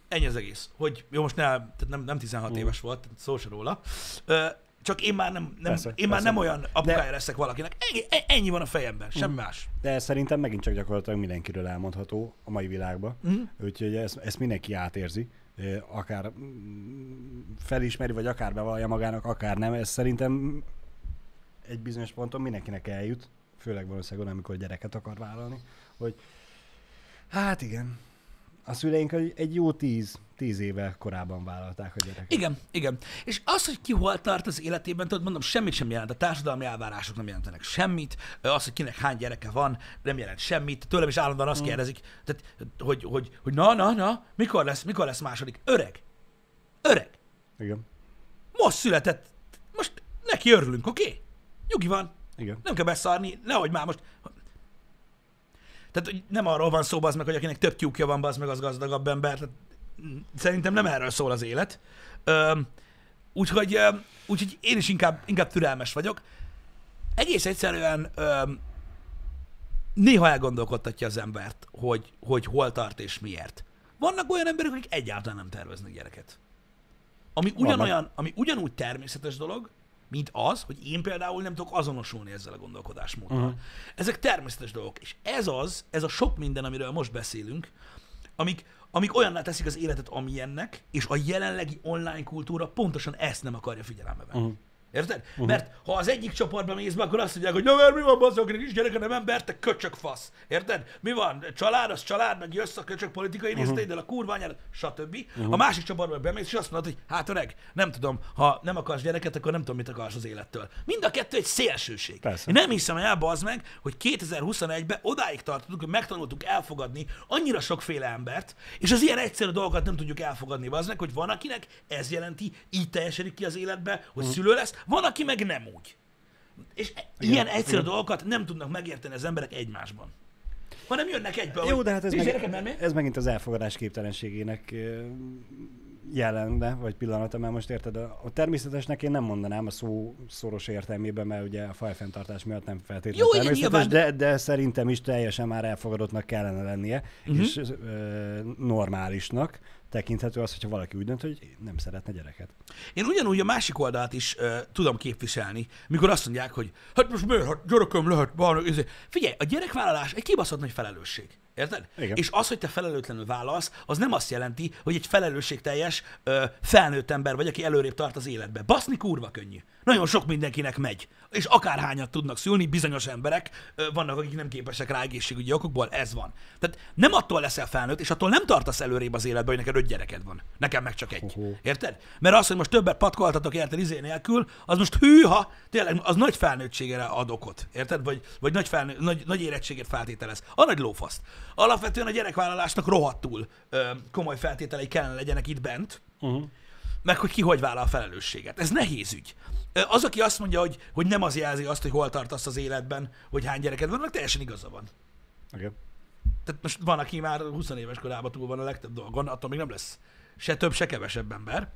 Ennyi az egész. Hogy jó, most nem 16 éves volt, szó se róla. Csak én már nem olyan apukája leszek valakinek. Ennyi van a fejemben, semmi más. De szerintem megint csak gyakorlatilag mindenkiről elmondható a mai világban. Úgyhogy ezt mindenki átérzi. Akár felismeri, vagy akár bevallja magának, akár nem. Ez szerintem egy bizonyos ponton mindenkinek eljut, főleg valószínűleg amikor gyereket akar vállalni, hogy hát igen, a szüleink egy jó 10 éve korábban vállalták a gyereket. Igen. És az, hogy ki hol tart az életében, tudod, mondom, semmit sem jelent. A társadalmi elvárások nem jelentenek semmit. Az, hogy kinek hány gyereke van, nem jelent semmit. Tőlem is állandóan azt kérdezik, tehát, hogy na, mikor lesz második? Öreg. Igen. Most született. Most neki örülünk, oké? Nyugi van. Igen. Nem kell beszarni, nehogy már most... Tehát hogy nem arról van szó, az meg, hogy akinek több tyúkja van, az meg az gazdagabb ember. Tehát, szerintem nem erről szól az élet. Úgyhogy én is inkább türelmes vagyok. Egész egyszerűen néha elgondolkodtatja az embert, hogy hol tart és miért. Vannak olyan emberek, akik egyáltalán nem terveznek gyereket. Ami ugyanúgy természetes dolog, mint az, hogy én például nem tudok azonosulni ezzel a gondolkodásmóddal. Ezek természetes dolgok. És ez a sok minden, amiről most beszélünk, amik olyanná teszik az életet, amilyennek, és a jelenlegi online kultúra pontosan ezt nem akarja figyelembe venni. Érted? Mert ha az egyik csoportban mész be, akkor azt mondják, hogy na, mert mi van, bazzak, akinek nincs gyereke, nem ember, te köcsög fasz. Érted? Mi van? Család, az család, meg jössz a köcsög politikai nézteiddel, a kurva anyád, stb. A másik csoportban bemész, és azt mondod, hogy hát öreg, nem tudom, ha nem akarsz gyereket, akkor nem tudom, mit akarsz az élettől. Mind a kettő egy szélsőség. Persze. Én nem hiszem el, bazd meg, hogy 2021-ben odáig tartottunk, hogy megtanultuk elfogadni annyira sokféle embert, és az ilyen egyszerű dolgokat nem tudjuk elfogadni, bazd meg, hogy van, akinek ez jelenti, így teljesedik ki az életbe, hogy szülő lesz, van, aki meg nem úgy. És ilyen egyszerű dolgokat nem tudnak megérteni az emberek egymásban. Hanem jönnek egyből. Jó, de hát ez megint az elfogadás képtelenségének jelenne, vagy pillanata, mert most érted, a természetesnek én nem mondanám a szó szoros értelmében, mert ugye a fajfenntartás miatt nem feltétlenül természetes, de szerintem is teljesen már elfogadottnak kellene lennie, és normálisnak tekinthető az, hogyha valaki úgy dönt, hogy nem szeretne gyereket. Én ugyanúgy a másik oldalt is tudom képviselni, mikor azt mondják, hogy hát most miért, hát gyerekem lehet, figyelj, a gyerekvállalás egy kibaszott nagy felelősség. Érted? Igen. És az, hogy te felelőtlenül vállalsz, az nem azt jelenti, hogy egy felelősségteljes felnőtt ember vagy, aki előrébb tart az életbe. Baszni kurva könnyű. Nagyon sok mindenkinek megy. És akárhányat tudnak szülni, bizonyos emberek vannak, akik nem képesek rá egészségügyi okokból, ez van. Tehát nem attól leszel felnőtt, és attól nem tartasz előrébb az életbe, hogy neked 5 gyereked van. Nekem meg csak egy. Érted? Mert az, hogy most többet patkoltatok érted izé nélkül, az most hűha, tényleg az nagy felnőttségére ad okot. Érted? Vagy nagy érettséget feltételez. A nagy lófaszt. Alapvetően a gyerekvállalásnak rohadtul komoly feltételei kellene legyenek itt bent, meg hogy ki hogy vállal a felelősséget. Ez nehéz ügy. Az, aki azt mondja, hogy nem az jelzi azt, hogy hol tartasz az életben, hogy hány gyereked van, meg teljesen igaza van. Okay. Tehát most van, aki már 20 éves korában túl van a legtöbb dolgon, attól még nem lesz se több, se kevesebb ember.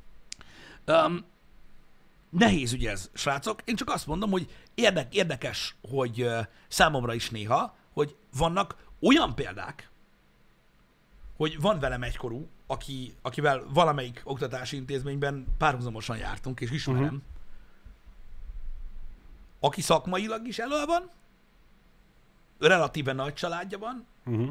Nehéz ügy ez, srácok. Én csak azt mondom, hogy érdekes, hogy számomra is néha, hogy vannak olyan példák, hogy van velem egykorú, akivel valamelyik oktatási intézményben párhuzamosan jártunk, és ismerem, aki szakmailag is elő van, relatíven nagy családja van,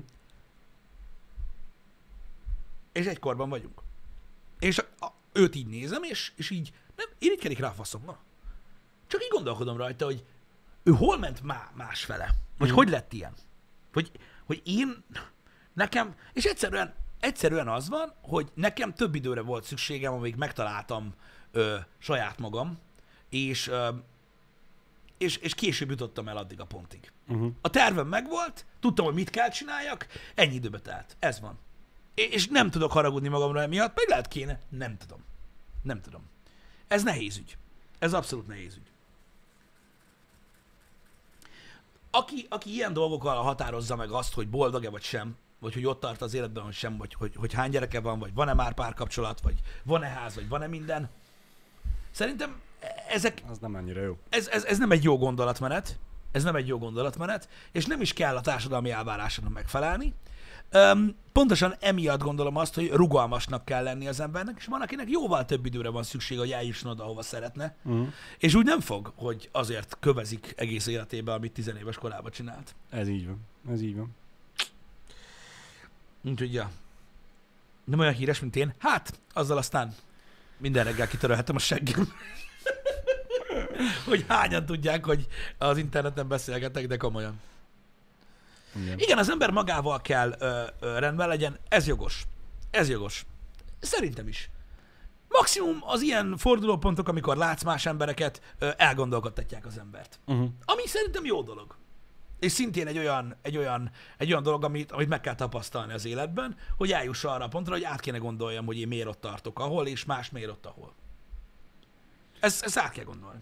és egykorban vagyunk. És őt így nézem, és így, nem, irigykedik rá a faszom, na. Csak így gondolkodom rajta, hogy ő hol ment másfele, vagy hogy lett ilyen. Hogy én, nekem, és egyszerűen az van, hogy nekem több időre volt szükségem, amíg megtaláltam saját magam, és később jutottam el addig a pontig. A tervem megvolt, tudtam, hogy mit kell csináljak, ennyi időbe telt. Ez van. És nem tudok haragudni magamra emiatt, meg lehet kéne, nem tudom. Ez nehéz ügy. Ez abszolút nehéz ügy. Aki ilyen dolgokkal határozza meg azt, hogy boldog-e vagy sem, vagy hogy ott tart az életben, vagy sem, vagy hogy hány gyereke van, vagy van-e már párkapcsolat, vagy van-e ház, vagy van-e minden. Szerintem ezek... Az nem annyira jó. Ez nem egy jó gondolatmenet, Ez nem egy jó gondolatmenet, és nem is kell a társadalmi elvárásoknak megfelelni. Pontosan emiatt gondolom azt, hogy rugalmasnak kell lenni az embernek, és van, akinek jóval több időre van szüksége, hogy eljusson oda, ahova szeretne, és úgy nem fog, hogy azért kövezik egész életében, amit 10 éves korában csinált. Ez így van. Ez így van. Úgyhogy, ja. Nem olyan híres, mint én. Hát, azzal aztán minden reggel kitörölhetem a seggem. Hogy hányan tudják, hogy az interneten beszélgetek, de komolyan. Igen, az ember magával kell rendben legyen, ez jogos. Ez jogos. Szerintem is. Maximum az ilyen fordulópontok, amikor látsz más embereket, elgondolkodtatják az embert. Ami szerintem jó dolog. És szintén egy olyan dolog, amit meg kell tapasztalni az életben, hogy eljuss arra a pontra, hogy át kéne gondoljam, hogy én miért ott tartok ahol, és más miért ott ahol. Ezt át kell gondolni.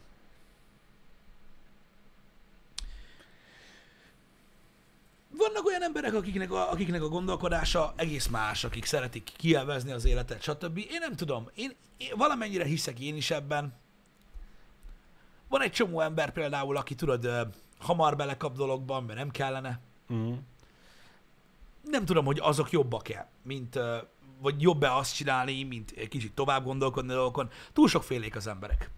Vannak olyan emberek, akiknek a gondolkodása egész más, akik szeretik kielvezni az életet, stb. Én nem tudom. Én valamennyire hiszek én is ebben. Van egy csomó ember például, aki tudod, hamar belekap dologban, mert nem kellene. Nem tudom, hogy azok jobbak-e, vagy jobb-e azt csinálni, mint egy kicsit tovább gondolkodni dolgokon. Túl sokfélék az emberek.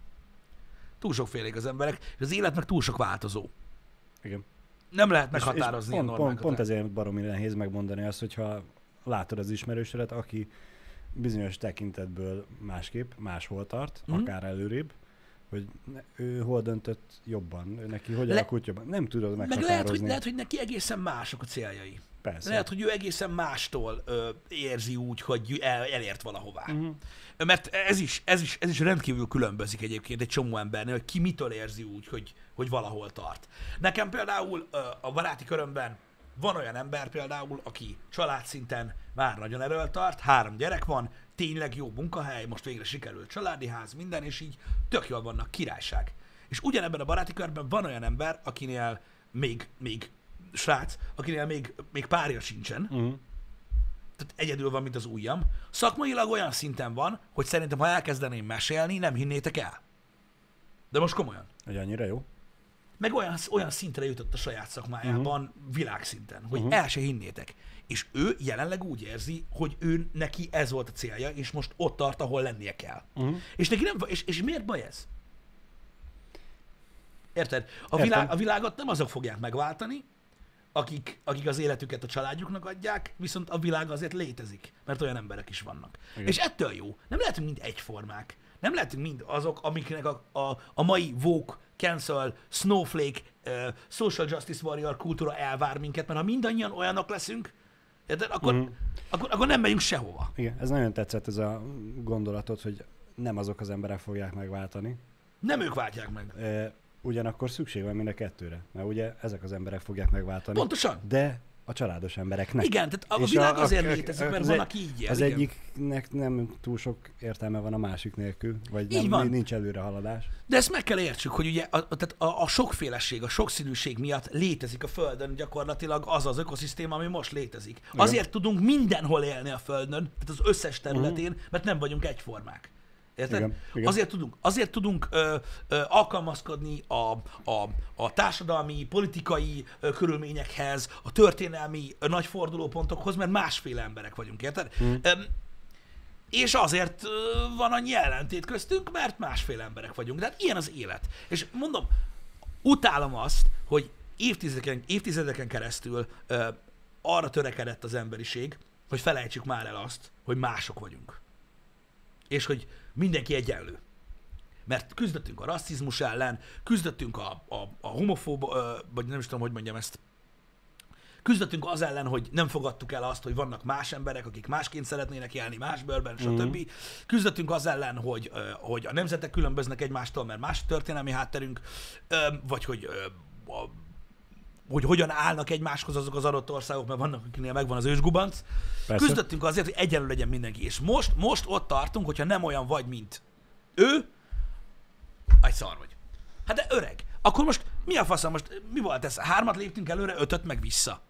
És az életnek túl sok változó. Igen. Nem lehet meghatározni a normákat. Pont ezért baromi nehéz megmondani azt, hogyha látod az ismerősödet, aki bizonyos tekintetből másképp, máshol tart, akár előrébb, hogy ő hol döntött jobban, neki hogy alakult jobban. Nem tudod meghatározni. Meg lehet, hogy neki egészen mások a céljai. Persze. Lehet, hogy ő egészen mástól érzi úgy, hogy elért valahová. Mert ez is rendkívül különbözik egyébként egy csomó embernél, hogy ki mitől érzi úgy, hogy valahol tart. Nekem például a baráti körömben van olyan ember például, aki családszinten már nagyon eről tart, 3 gyerek van, tényleg jó munkahely, most végre sikerült családi ház, minden, és így tök jól vannak, királyság. És ugyanebben a baráti körben van olyan ember, akinél még srác, akinél még párja sincsen, tehát egyedül van, mint az ujjam. Szakmailag olyan szinten van, hogy szerintem, ha elkezdeném mesélni, nem hinnétek el. De most komolyan. Hogy annyira jó? Meg olyan szintre jutott a saját szakmájában, világszinten, hogy el se hinnétek. És ő jelenleg úgy érzi, hogy neki ez volt a célja, és most ott tart, ahol lennie kell. És neki nem, és miért baj ez? Érted? A világot nem azok fogják megváltani, akik az életüket a családjuknak adják, viszont a világ azért létezik, mert olyan emberek is vannak. Igen. És ettől jó. Nem lehetünk mind egyformák. Nem lehetünk mind azok, amiknek a mai woke, cancel, snowflake, social justice warrior kultúra elvár minket, mert ha mindannyian olyanok leszünk, érted? Akkor nem megyünk sehova. Igen, ez nagyon tetszett ez a gondolatot, hogy nem azok az emberek fogják megváltani. Nem ők váltják meg. Ugyanakkor szükség van mind a kettőre, mert ugye ezek az emberek fogják megváltani. Pontosan. De a családos embereknek. Igen, tehát a világ azért létezik, mert van, aki így él. Az egyiknek nem túl sok értelme van a másik nélkül, vagy nincs előrehaladás. De ezt meg kell értsük, hogy ugye a sokféleség, a sokszínűség miatt létezik a Földön gyakorlatilag az az ökoszisztéma, ami most létezik. Igen. Azért tudunk mindenhol élni a Földön, tehát az összes területén, mert nem vagyunk egyformák. Érted? Igen. Azért tudunk alkalmazkodni a társadalmi, politikai körülményekhez, a történelmi nagy fordulópontokhoz, mert másféle emberek vagyunk, érted? És azért van annyi ellentét köztünk, mert másféle emberek vagyunk. De hát ilyen az élet. És mondom, utálom azt, hogy évtizedeken keresztül arra törekedett az emberiség, hogy felejtsük már el azt, hogy mások vagyunk. És hogy mindenki egyenlő. Mert küzdöttünk a rasszizmus ellen, küzdöttünk a homofób, vagy nem is tudom, hogy mondjam ezt, küzdöttünk az ellen, hogy nem fogadtuk el azt, hogy vannak más emberek, akik másként szeretnének élni, más bőrben, stb. Küzdöttünk az ellen, hogy a nemzetek különböznek egymástól, mert más történelmi hátterünk, vagy hogy hogyan állnak egymáshoz azok az adott országok, mert vannak, akiknél megvan az ősgubanc. Persze. Küzdöttünk azért, hogy egyenlő legyen mindenki. És most ott tartunk, hogyha nem olyan vagy, mint ő, egy szar vagy. Hát de öreg. Akkor most mi a faszom? Most mi volt ez? 3 léptünk előre, 5 meg vissza.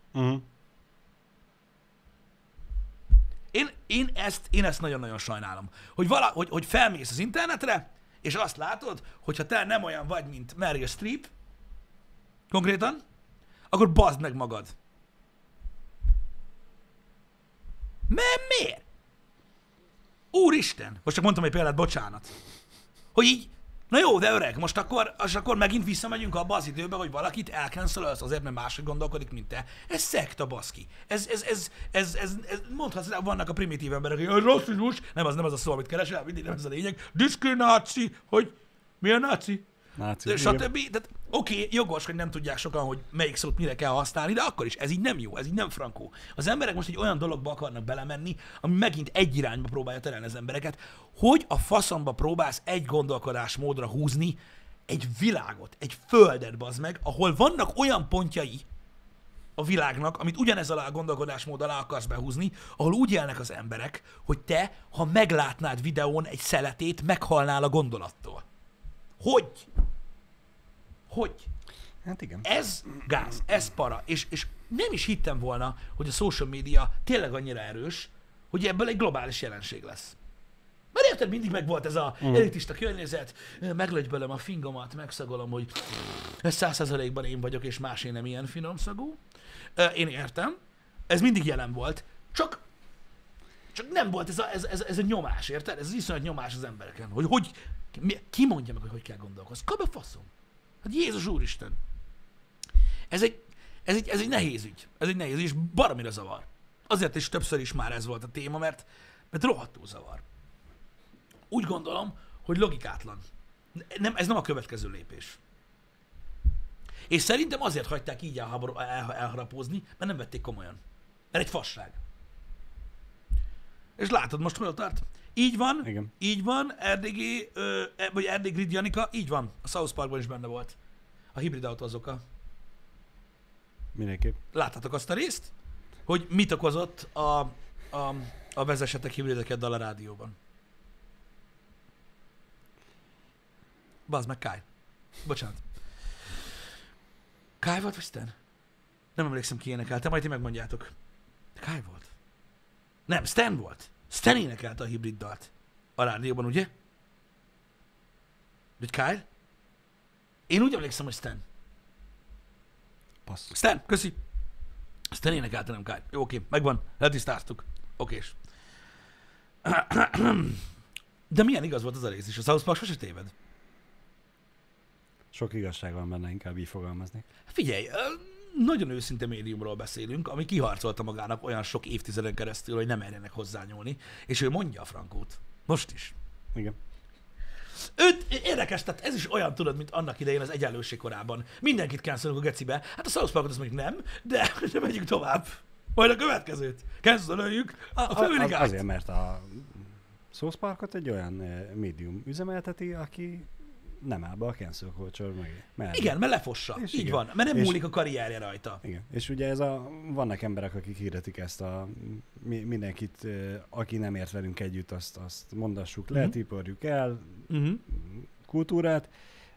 Én ezt nagyon-nagyon sajnálom. Hogy felmész az internetre, és azt látod, hogyha te nem olyan vagy, mint Meryl Streep, konkrétan, akkor bazd meg magad. Miért? Úristen! Most csak mondtam egy példát, bocsánat. Hogy így, na jó, de öreg, most akkor megint visszamegyünk abba az időbe, hogy valakit elcancelölsz azért, mert máshogy gondolkodik, mint te. Ez szekta, baszki. Ez mondhatsz, vannak a primitív emberek, hogy rasszizmus, nem az a szó, amit keresel, mindig nem ez a lényeg. Diszkrimináció, hogy milyen náci? Náci, stb. Tehát oké, jogos, hogy nem tudják sokan, hogy melyik szót mire kell használni, de akkor is ez így nem jó, ez így nem frankó. Az emberek most egy olyan dologba akarnak belemenni, ami megint egy irányba próbálja terelni az embereket, hogy a faszomba próbálsz egy gondolkodásmódra húzni egy világot, egy földet, bazd meg, ahol vannak olyan pontjai a világnak, amit ugyanez alá a gondolkodásmód alá akarsz behúzni, ahol úgy élnek az emberek, hogy te, ha meglátnád videón egy szeletét, meghalnál a gondolattól. Hogy? Hát igen. Ez gáz, ez para, és nem is hittem volna, hogy a social media tényleg annyira erős, hogy ebből egy globális jelenség lesz. Mert érted, mindig meg volt ez a elitista környezet, meglögybölöm a fingomat, megszagolom, hogy ez 100%-ban én vagyok, és másé nem ilyen finom szagú. Én értem, ez mindig jelen volt, csak nem volt ez a nyomás, érted? Ez az iszonyat nyomás az embereken, hogy ki mondja meg, hogy kell gondolkozni? Kab a faszom. Hát Jézus Úristen. Ez egy nehéz ügy. Ez egy nehéz ügy, és baromira zavar. Azért is többször is már ez volt a téma, mert rohadtul zavar. Úgy gondolom, hogy logikátlan. Ez nem a következő lépés. És szerintem azért hagyták így elharapózni, mert nem vették komolyan. Mert egy fasság. És látod most, hol tart? Így van, igen. Így van, Erdély Grid Janika, így van. A South Parkban is benne volt. A hibrid autózokkal. Mindenképp. Láttátok azt a részt, hogy mit okozott a vezessetek hibrideket dal a rádióban. Bazd meg, Kai. Bocsánat. Kai volt vagy Stan? Nem emlékszem, ki énekelte, majd ti megmondjátok. Kai volt. Nem, Stan volt. Stan énekelte a hibrid dalt a rádióban, ugye? Vagy Kyle? Én úgy emlékszem, hogy Stan. Passz. Stan, köszi. Stan énekelte, nem Kyle. Jó, oké, megvan, letisztáztuk. Okés. De milyen igaz volt az a rész is? A South Park sose téved. Sok igazság van benne, inkább így fogalmazni. Figyelj, nagyon őszinte médiumról beszélünk, ami kiharcolta magának olyan sok évtizeden keresztül, hogy nem merjenek hozzányúlni, és ő mondja a frankót. Most is. Igen. Őt érdekes, tehát ez is olyan, tudod, mint annak idején az Egyenlőség korában. Mindenkit cancelünk a gecibe. Hát a South Parkot az mondjuk nem, de megyünk tovább. Majd a következőt. Cancelöljük a Family Guy-t. Azért, mert a South Parkot egy olyan médium üzemelteti, aki nem áll be a cancel culture meg. Igen, mert lefossa. És így igen. Van. Mert nem múlik a karrierje rajta. Igen. És ugye vannak emberek, akik hirdetik ezt mindenkit, aki nem ért velünk együtt, azt mondassuk le, tiporjuk el, kultúrát.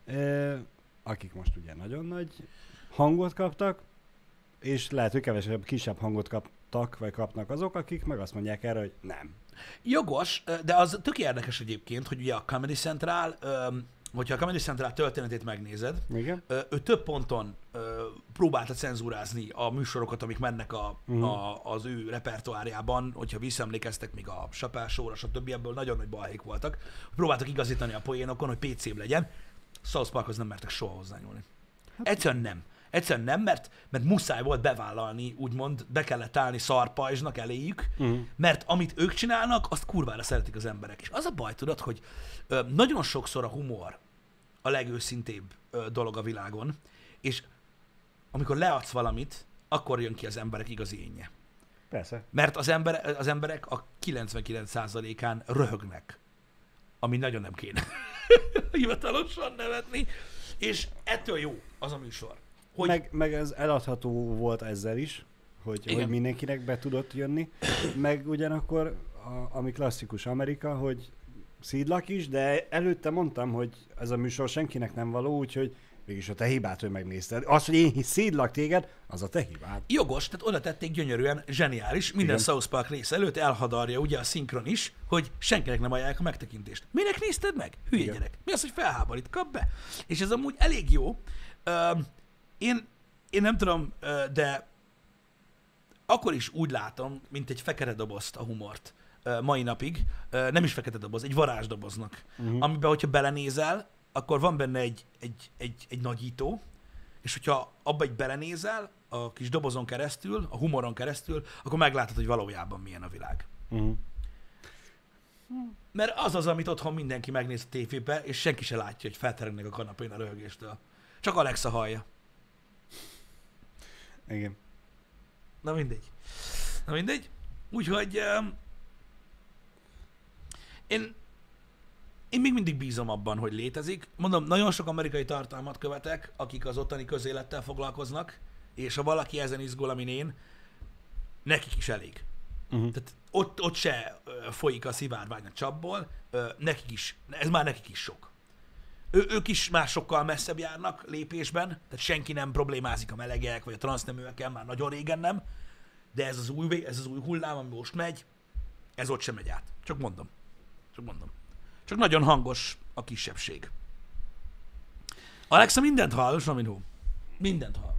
Akik most ugye nagyon nagy hangot kaptak, és lehet, hogy kisebb hangot kaptak, vagy kapnak azok, akik meg azt mondják erre, hogy nem. Jogos, de az tök érdekes egyébként, hogy ugye a Comedy Central, hogyha a Comedy Central történetét megnézed, igen. Ő több ponton próbálta cenzúrázni a műsorokat, amik mennek az ő repertoárjában, hogyha visszaemlékeztek még a Chappelle Show-ra, stb. Ebből nagyon nagy balhék voltak. Próbáltak igazítani a poénokon, hogy PC-b legyen. South Parkhoz nem mertek soha hozzányúlni. Egyszerűen nem. Egyszerűen nem, mert muszáj volt bevállalni, úgymond be kellett állni szarpajzsnak eléjük, mert amit ők csinálnak, azt kurvára szeretik az emberek. És az a baj, tudod, hogy nagyon sokszor a humor a legőszintébb dolog a világon, és amikor leadsz valamit, akkor jön ki az emberek igazi énje. Persze. Mert az emberek a 99%-án röhögnek, ami nagyon nem kéne hivatalosan nevetni, és ettől jó az a műsor. Hogy... Meg ez eladható volt ezzel is, hogy mindenkinek be tudott jönni, meg ugyanakkor ami klasszikus Amerika, hogy szídlak is, de előtte mondtam, hogy ez a műsor senkinek nem való, úgyhogy mégis a te hibát, hogy megnézted. Az, hogy én szídlak téged, az a te hibád. Jogos, tehát oda tették gyönyörűen, zseniális, minden South Park rész előtt elhadarja ugye a szinkron is, hogy senkinek nem ajánlják a megtekintést. Minek nézted meg? Hülye gyerek. Mi az, hogy felháborít? Kap be. És ez amúgy elég jó. Én nem tudom, de akkor is úgy látom, mint egy fekete dobozt a humort mai napig. Nem is fekete doboz, egy varázsdoboznak. Amiben, hogyha belenézel, akkor van benne egy nagyító, és hogyha abba egy belenézel, a kis dobozon keresztül, a humoron keresztül, akkor meglátod, hogy valójában milyen a világ. Mert az az, amit otthon mindenki megnéz a tévébe, és senki se látja, hogy felterengnek a kanapén a röhögéstől. Csak Alexa hallja. Igen. Na mindegy. Úgyhogy én még mindig bízom abban, hogy létezik. Mondom, nagyon sok amerikai tartalmat követek, akik az ottani közélettel foglalkoznak, és ha valaki ezen izgul, amin én, nekik is elég. Tehát ott se folyik a szivárvány a csapból, nekik is, ez már nekik is sok. Ők is már sokkal messzebb járnak lépésben, tehát senki nem problémázik a melegek, vagy a transzneműekkel, már nagyon régen nem, de ez az új hullám, ami most megy, ez ott sem megy át. Csak mondom. Csak nagyon hangos a kisebbség. Alexa mindent hall, Saminó. Mindent hall.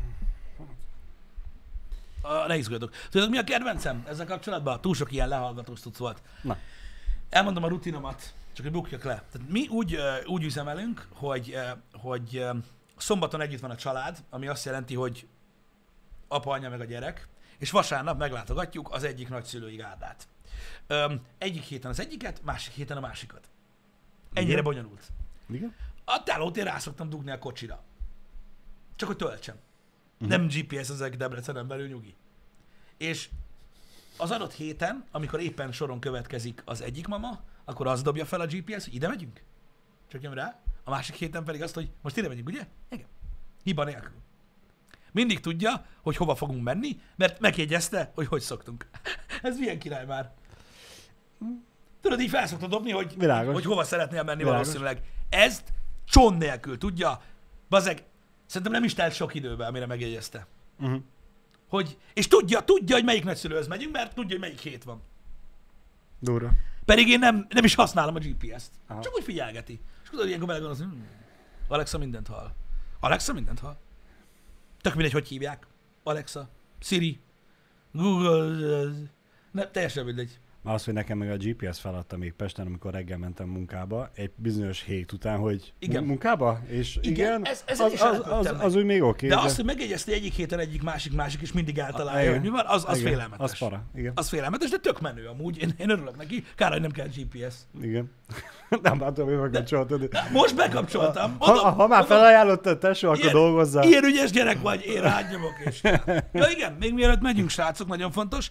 Ne izguljatok. Tudod, mi a kedvencem ezzel kapcsolatban? Túl sok ilyen lehallgatós cucc volt. Na. Elmondom a rutinomat, csak hogy bukjak le. Tehát mi úgy üzemelünk, hogy szombaton együtt van a család, ami azt jelenti, hogy apa, anya meg a gyerek, és vasárnap meglátogatjuk az egyik nagyszülői gárdát. Egyik héten az egyiket, másik héten a másikat. Ennyire Igen. bonyolult. Igen? A tálót én rá szoktam dugni a kocsira. Csak hogy töltsem. Nem GPS ezek Debrecenen belül, nyugi. És az adott héten, amikor éppen soron következik az egyik mama, akkor az dobja fel a GPS, hogy ide megyünk. Csak jön rá. A másik héten pedig azt, hogy most ide megyünk, ugye? Igen. Hiba nélkül. Mindig tudja, hogy hova fogunk menni, mert megjegyezte, hogy szoktunk. Ez milyen király már. Tudod, így fel szoktad dobni, hogy hova szeretnél menni valószínűleg. Ezt cson nélkül tudja. Bazeg, szerintem nem is telt sok időben, amire megjegyezte. És tudja, hogy melyik nagyszülőhöz megyünk, mert tudja, hogy melyik hét van. Durva. Pedig én nem is használom a GPS-t. Aha. Csak úgy figyelgeti. És tudod, ilyenkor belegondolsz, Alexa mindent hall. Alexa mindent hall. Tök mindegy, hogy hívják. Alexa, Siri, Google, teljesen mindegy. Az, hogy nekem meg a GPS feladta még Pesten, amikor reggel mentem munkába, egy bizonyos hét után, hogy munkába? És igen, az úgy még oké. De azt, hogy megjegyezte egyik héten másik, és mindig eltalálja, hogy mi van, az félelmetes. Az para, igen. Az félelmetes, de tök menő amúgy. Én örülök neki. Kár, hogy nem kell GPS. Igen. Nem látom, hogy megkapcsoltad. Most bekapcsoltam. Ha már felajánlottad, tesó, akkor dolgozzál. Ilyen ügyes gyerek vagy, én rányomok és... Ja igen, még mielőtt megyünk, srácok, nagyon fontos.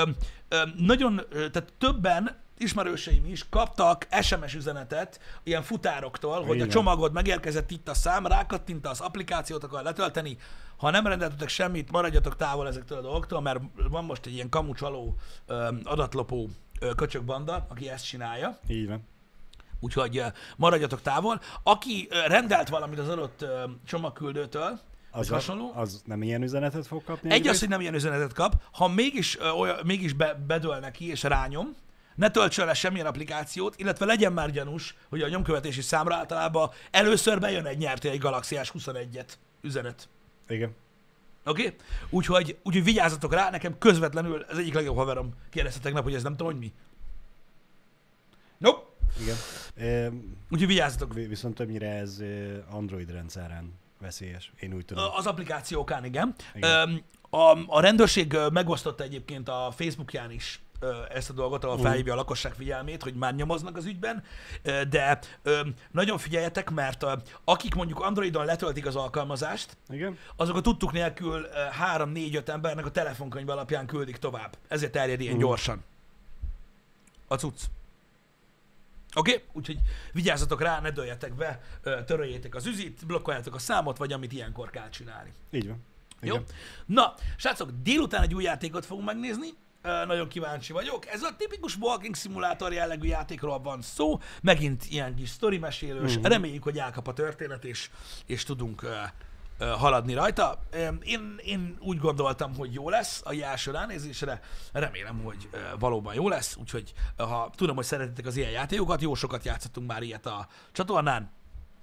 Tehát többen ismerőseim is kaptak SMS üzenetet ilyen futároktól, hogy a csomagod megérkezett, itt a szám, rákattintasz, applikációt akar letölteni. Ha nem rendeltetek semmit, maradjatok távol ezektől a dolgoktól, mert van most egy ilyen kamucsaló, adatlopó köcsökbanda, aki ezt csinálja. Így van. Úgyhogy maradjatok távol. Aki rendelt valamit az adott csomagküldőtől, az nem ilyen üzenetet fog kapni? Egy az, hogy nem ilyen üzenetet kap. Ha mégis bedől neki és rányom, ne töltsön le semmilyen applikációt, illetve legyen már gyanús, hogy a nyomkövetési számra általában először bejön egy nyertél egy Galaxy S21-et üzenet. Igen. Oké? Úgyhogy vigyázzatok rá, nekem közvetlenül az egyik legjobb haverom kérdezte tegnap, hogy ez nem tudom, hogy mi. Nope. Igen. Úgyhogy vigyázzatok. Viszont többnyire ez Android rendszeren veszélyes, én úgy tudom. Az applikációkán, igen. A rendőrség megosztotta egyébként a Facebookján is ezt a dolgot, ahol felhívja a lakosság figyelmét, hogy már nyomoznak az ügyben, de nagyon figyeljetek, mert akik mondjuk Androidon letöltik az alkalmazást, igen, azok a tudtuk nélkül 3-4-5 embernek a telefonkönyv alapján küldik tovább. Ezért terjed ilyen gyorsan a cucc. Oké? Úgyhogy vigyázzatok rá, ne dőljetek be, töröljétek az üzit, blokkoljátok a számot, vagy amit ilyenkor kell csinálni. Így van. Jó? Na, srácok, délután egy új játékot fogunk megnézni, nagyon kíváncsi vagyok. Ez a tipikus walking simulator jellegű játékról van szó, megint ilyen kis sztori mesélős, reméljük, hogy elkap a történet, és tudunk haladni rajta. Én úgy gondoltam, hogy jó lesz a első ránézésre, remélem, hogy valóban jó lesz, úgyhogy ha tudom, hogy szeretitek az ilyen játékokat, jó sokat játszottunk már ilyet a csatornán,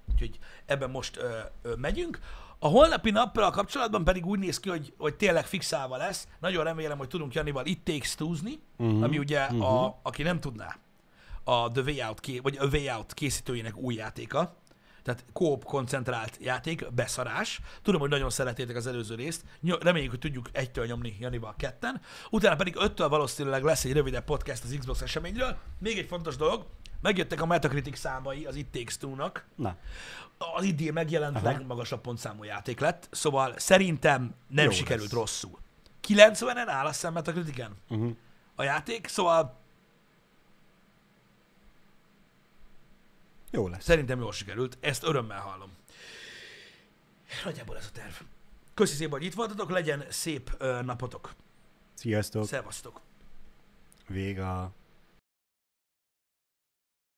Úgyhogy ebben most megyünk. A holnapi nappal kapcsolatban pedig úgy néz ki, hogy tényleg fixálva lesz. Nagyon remélem, hogy tudunk Janival It Takes Two-zni, ami ugye, aki nem tudná, a The Way Out, vagy a Way Out készítőjének új játéka. Tehát co-op koncentrált játék, beszarás. Tudom, hogy nagyon szeretétek az előző részt. Reméljük, hogy tudjuk 1-től nyomni Janival 2-en. Utána pedig 5-től valószínűleg lesz egy rövidebb podcast az Xbox eseményről. Még egy fontos dolog, megjöttek a Metacritic számai az It Takes Two-nak. Na. Az idén megjelent legmagasabb pontszámú játék lett, szóval szerintem nem Jó sikerült lesz. rosszul. 90-en áll azt hiszem Metacriticen a játék, szóval Jó lesz. szerintem jól sikerült, ezt örömmel hallom. Nagyjából ez a terv. Köszi szépen, hogy itt voltatok, legyen szép napotok. Sziasztok. Szevasztok. Vége.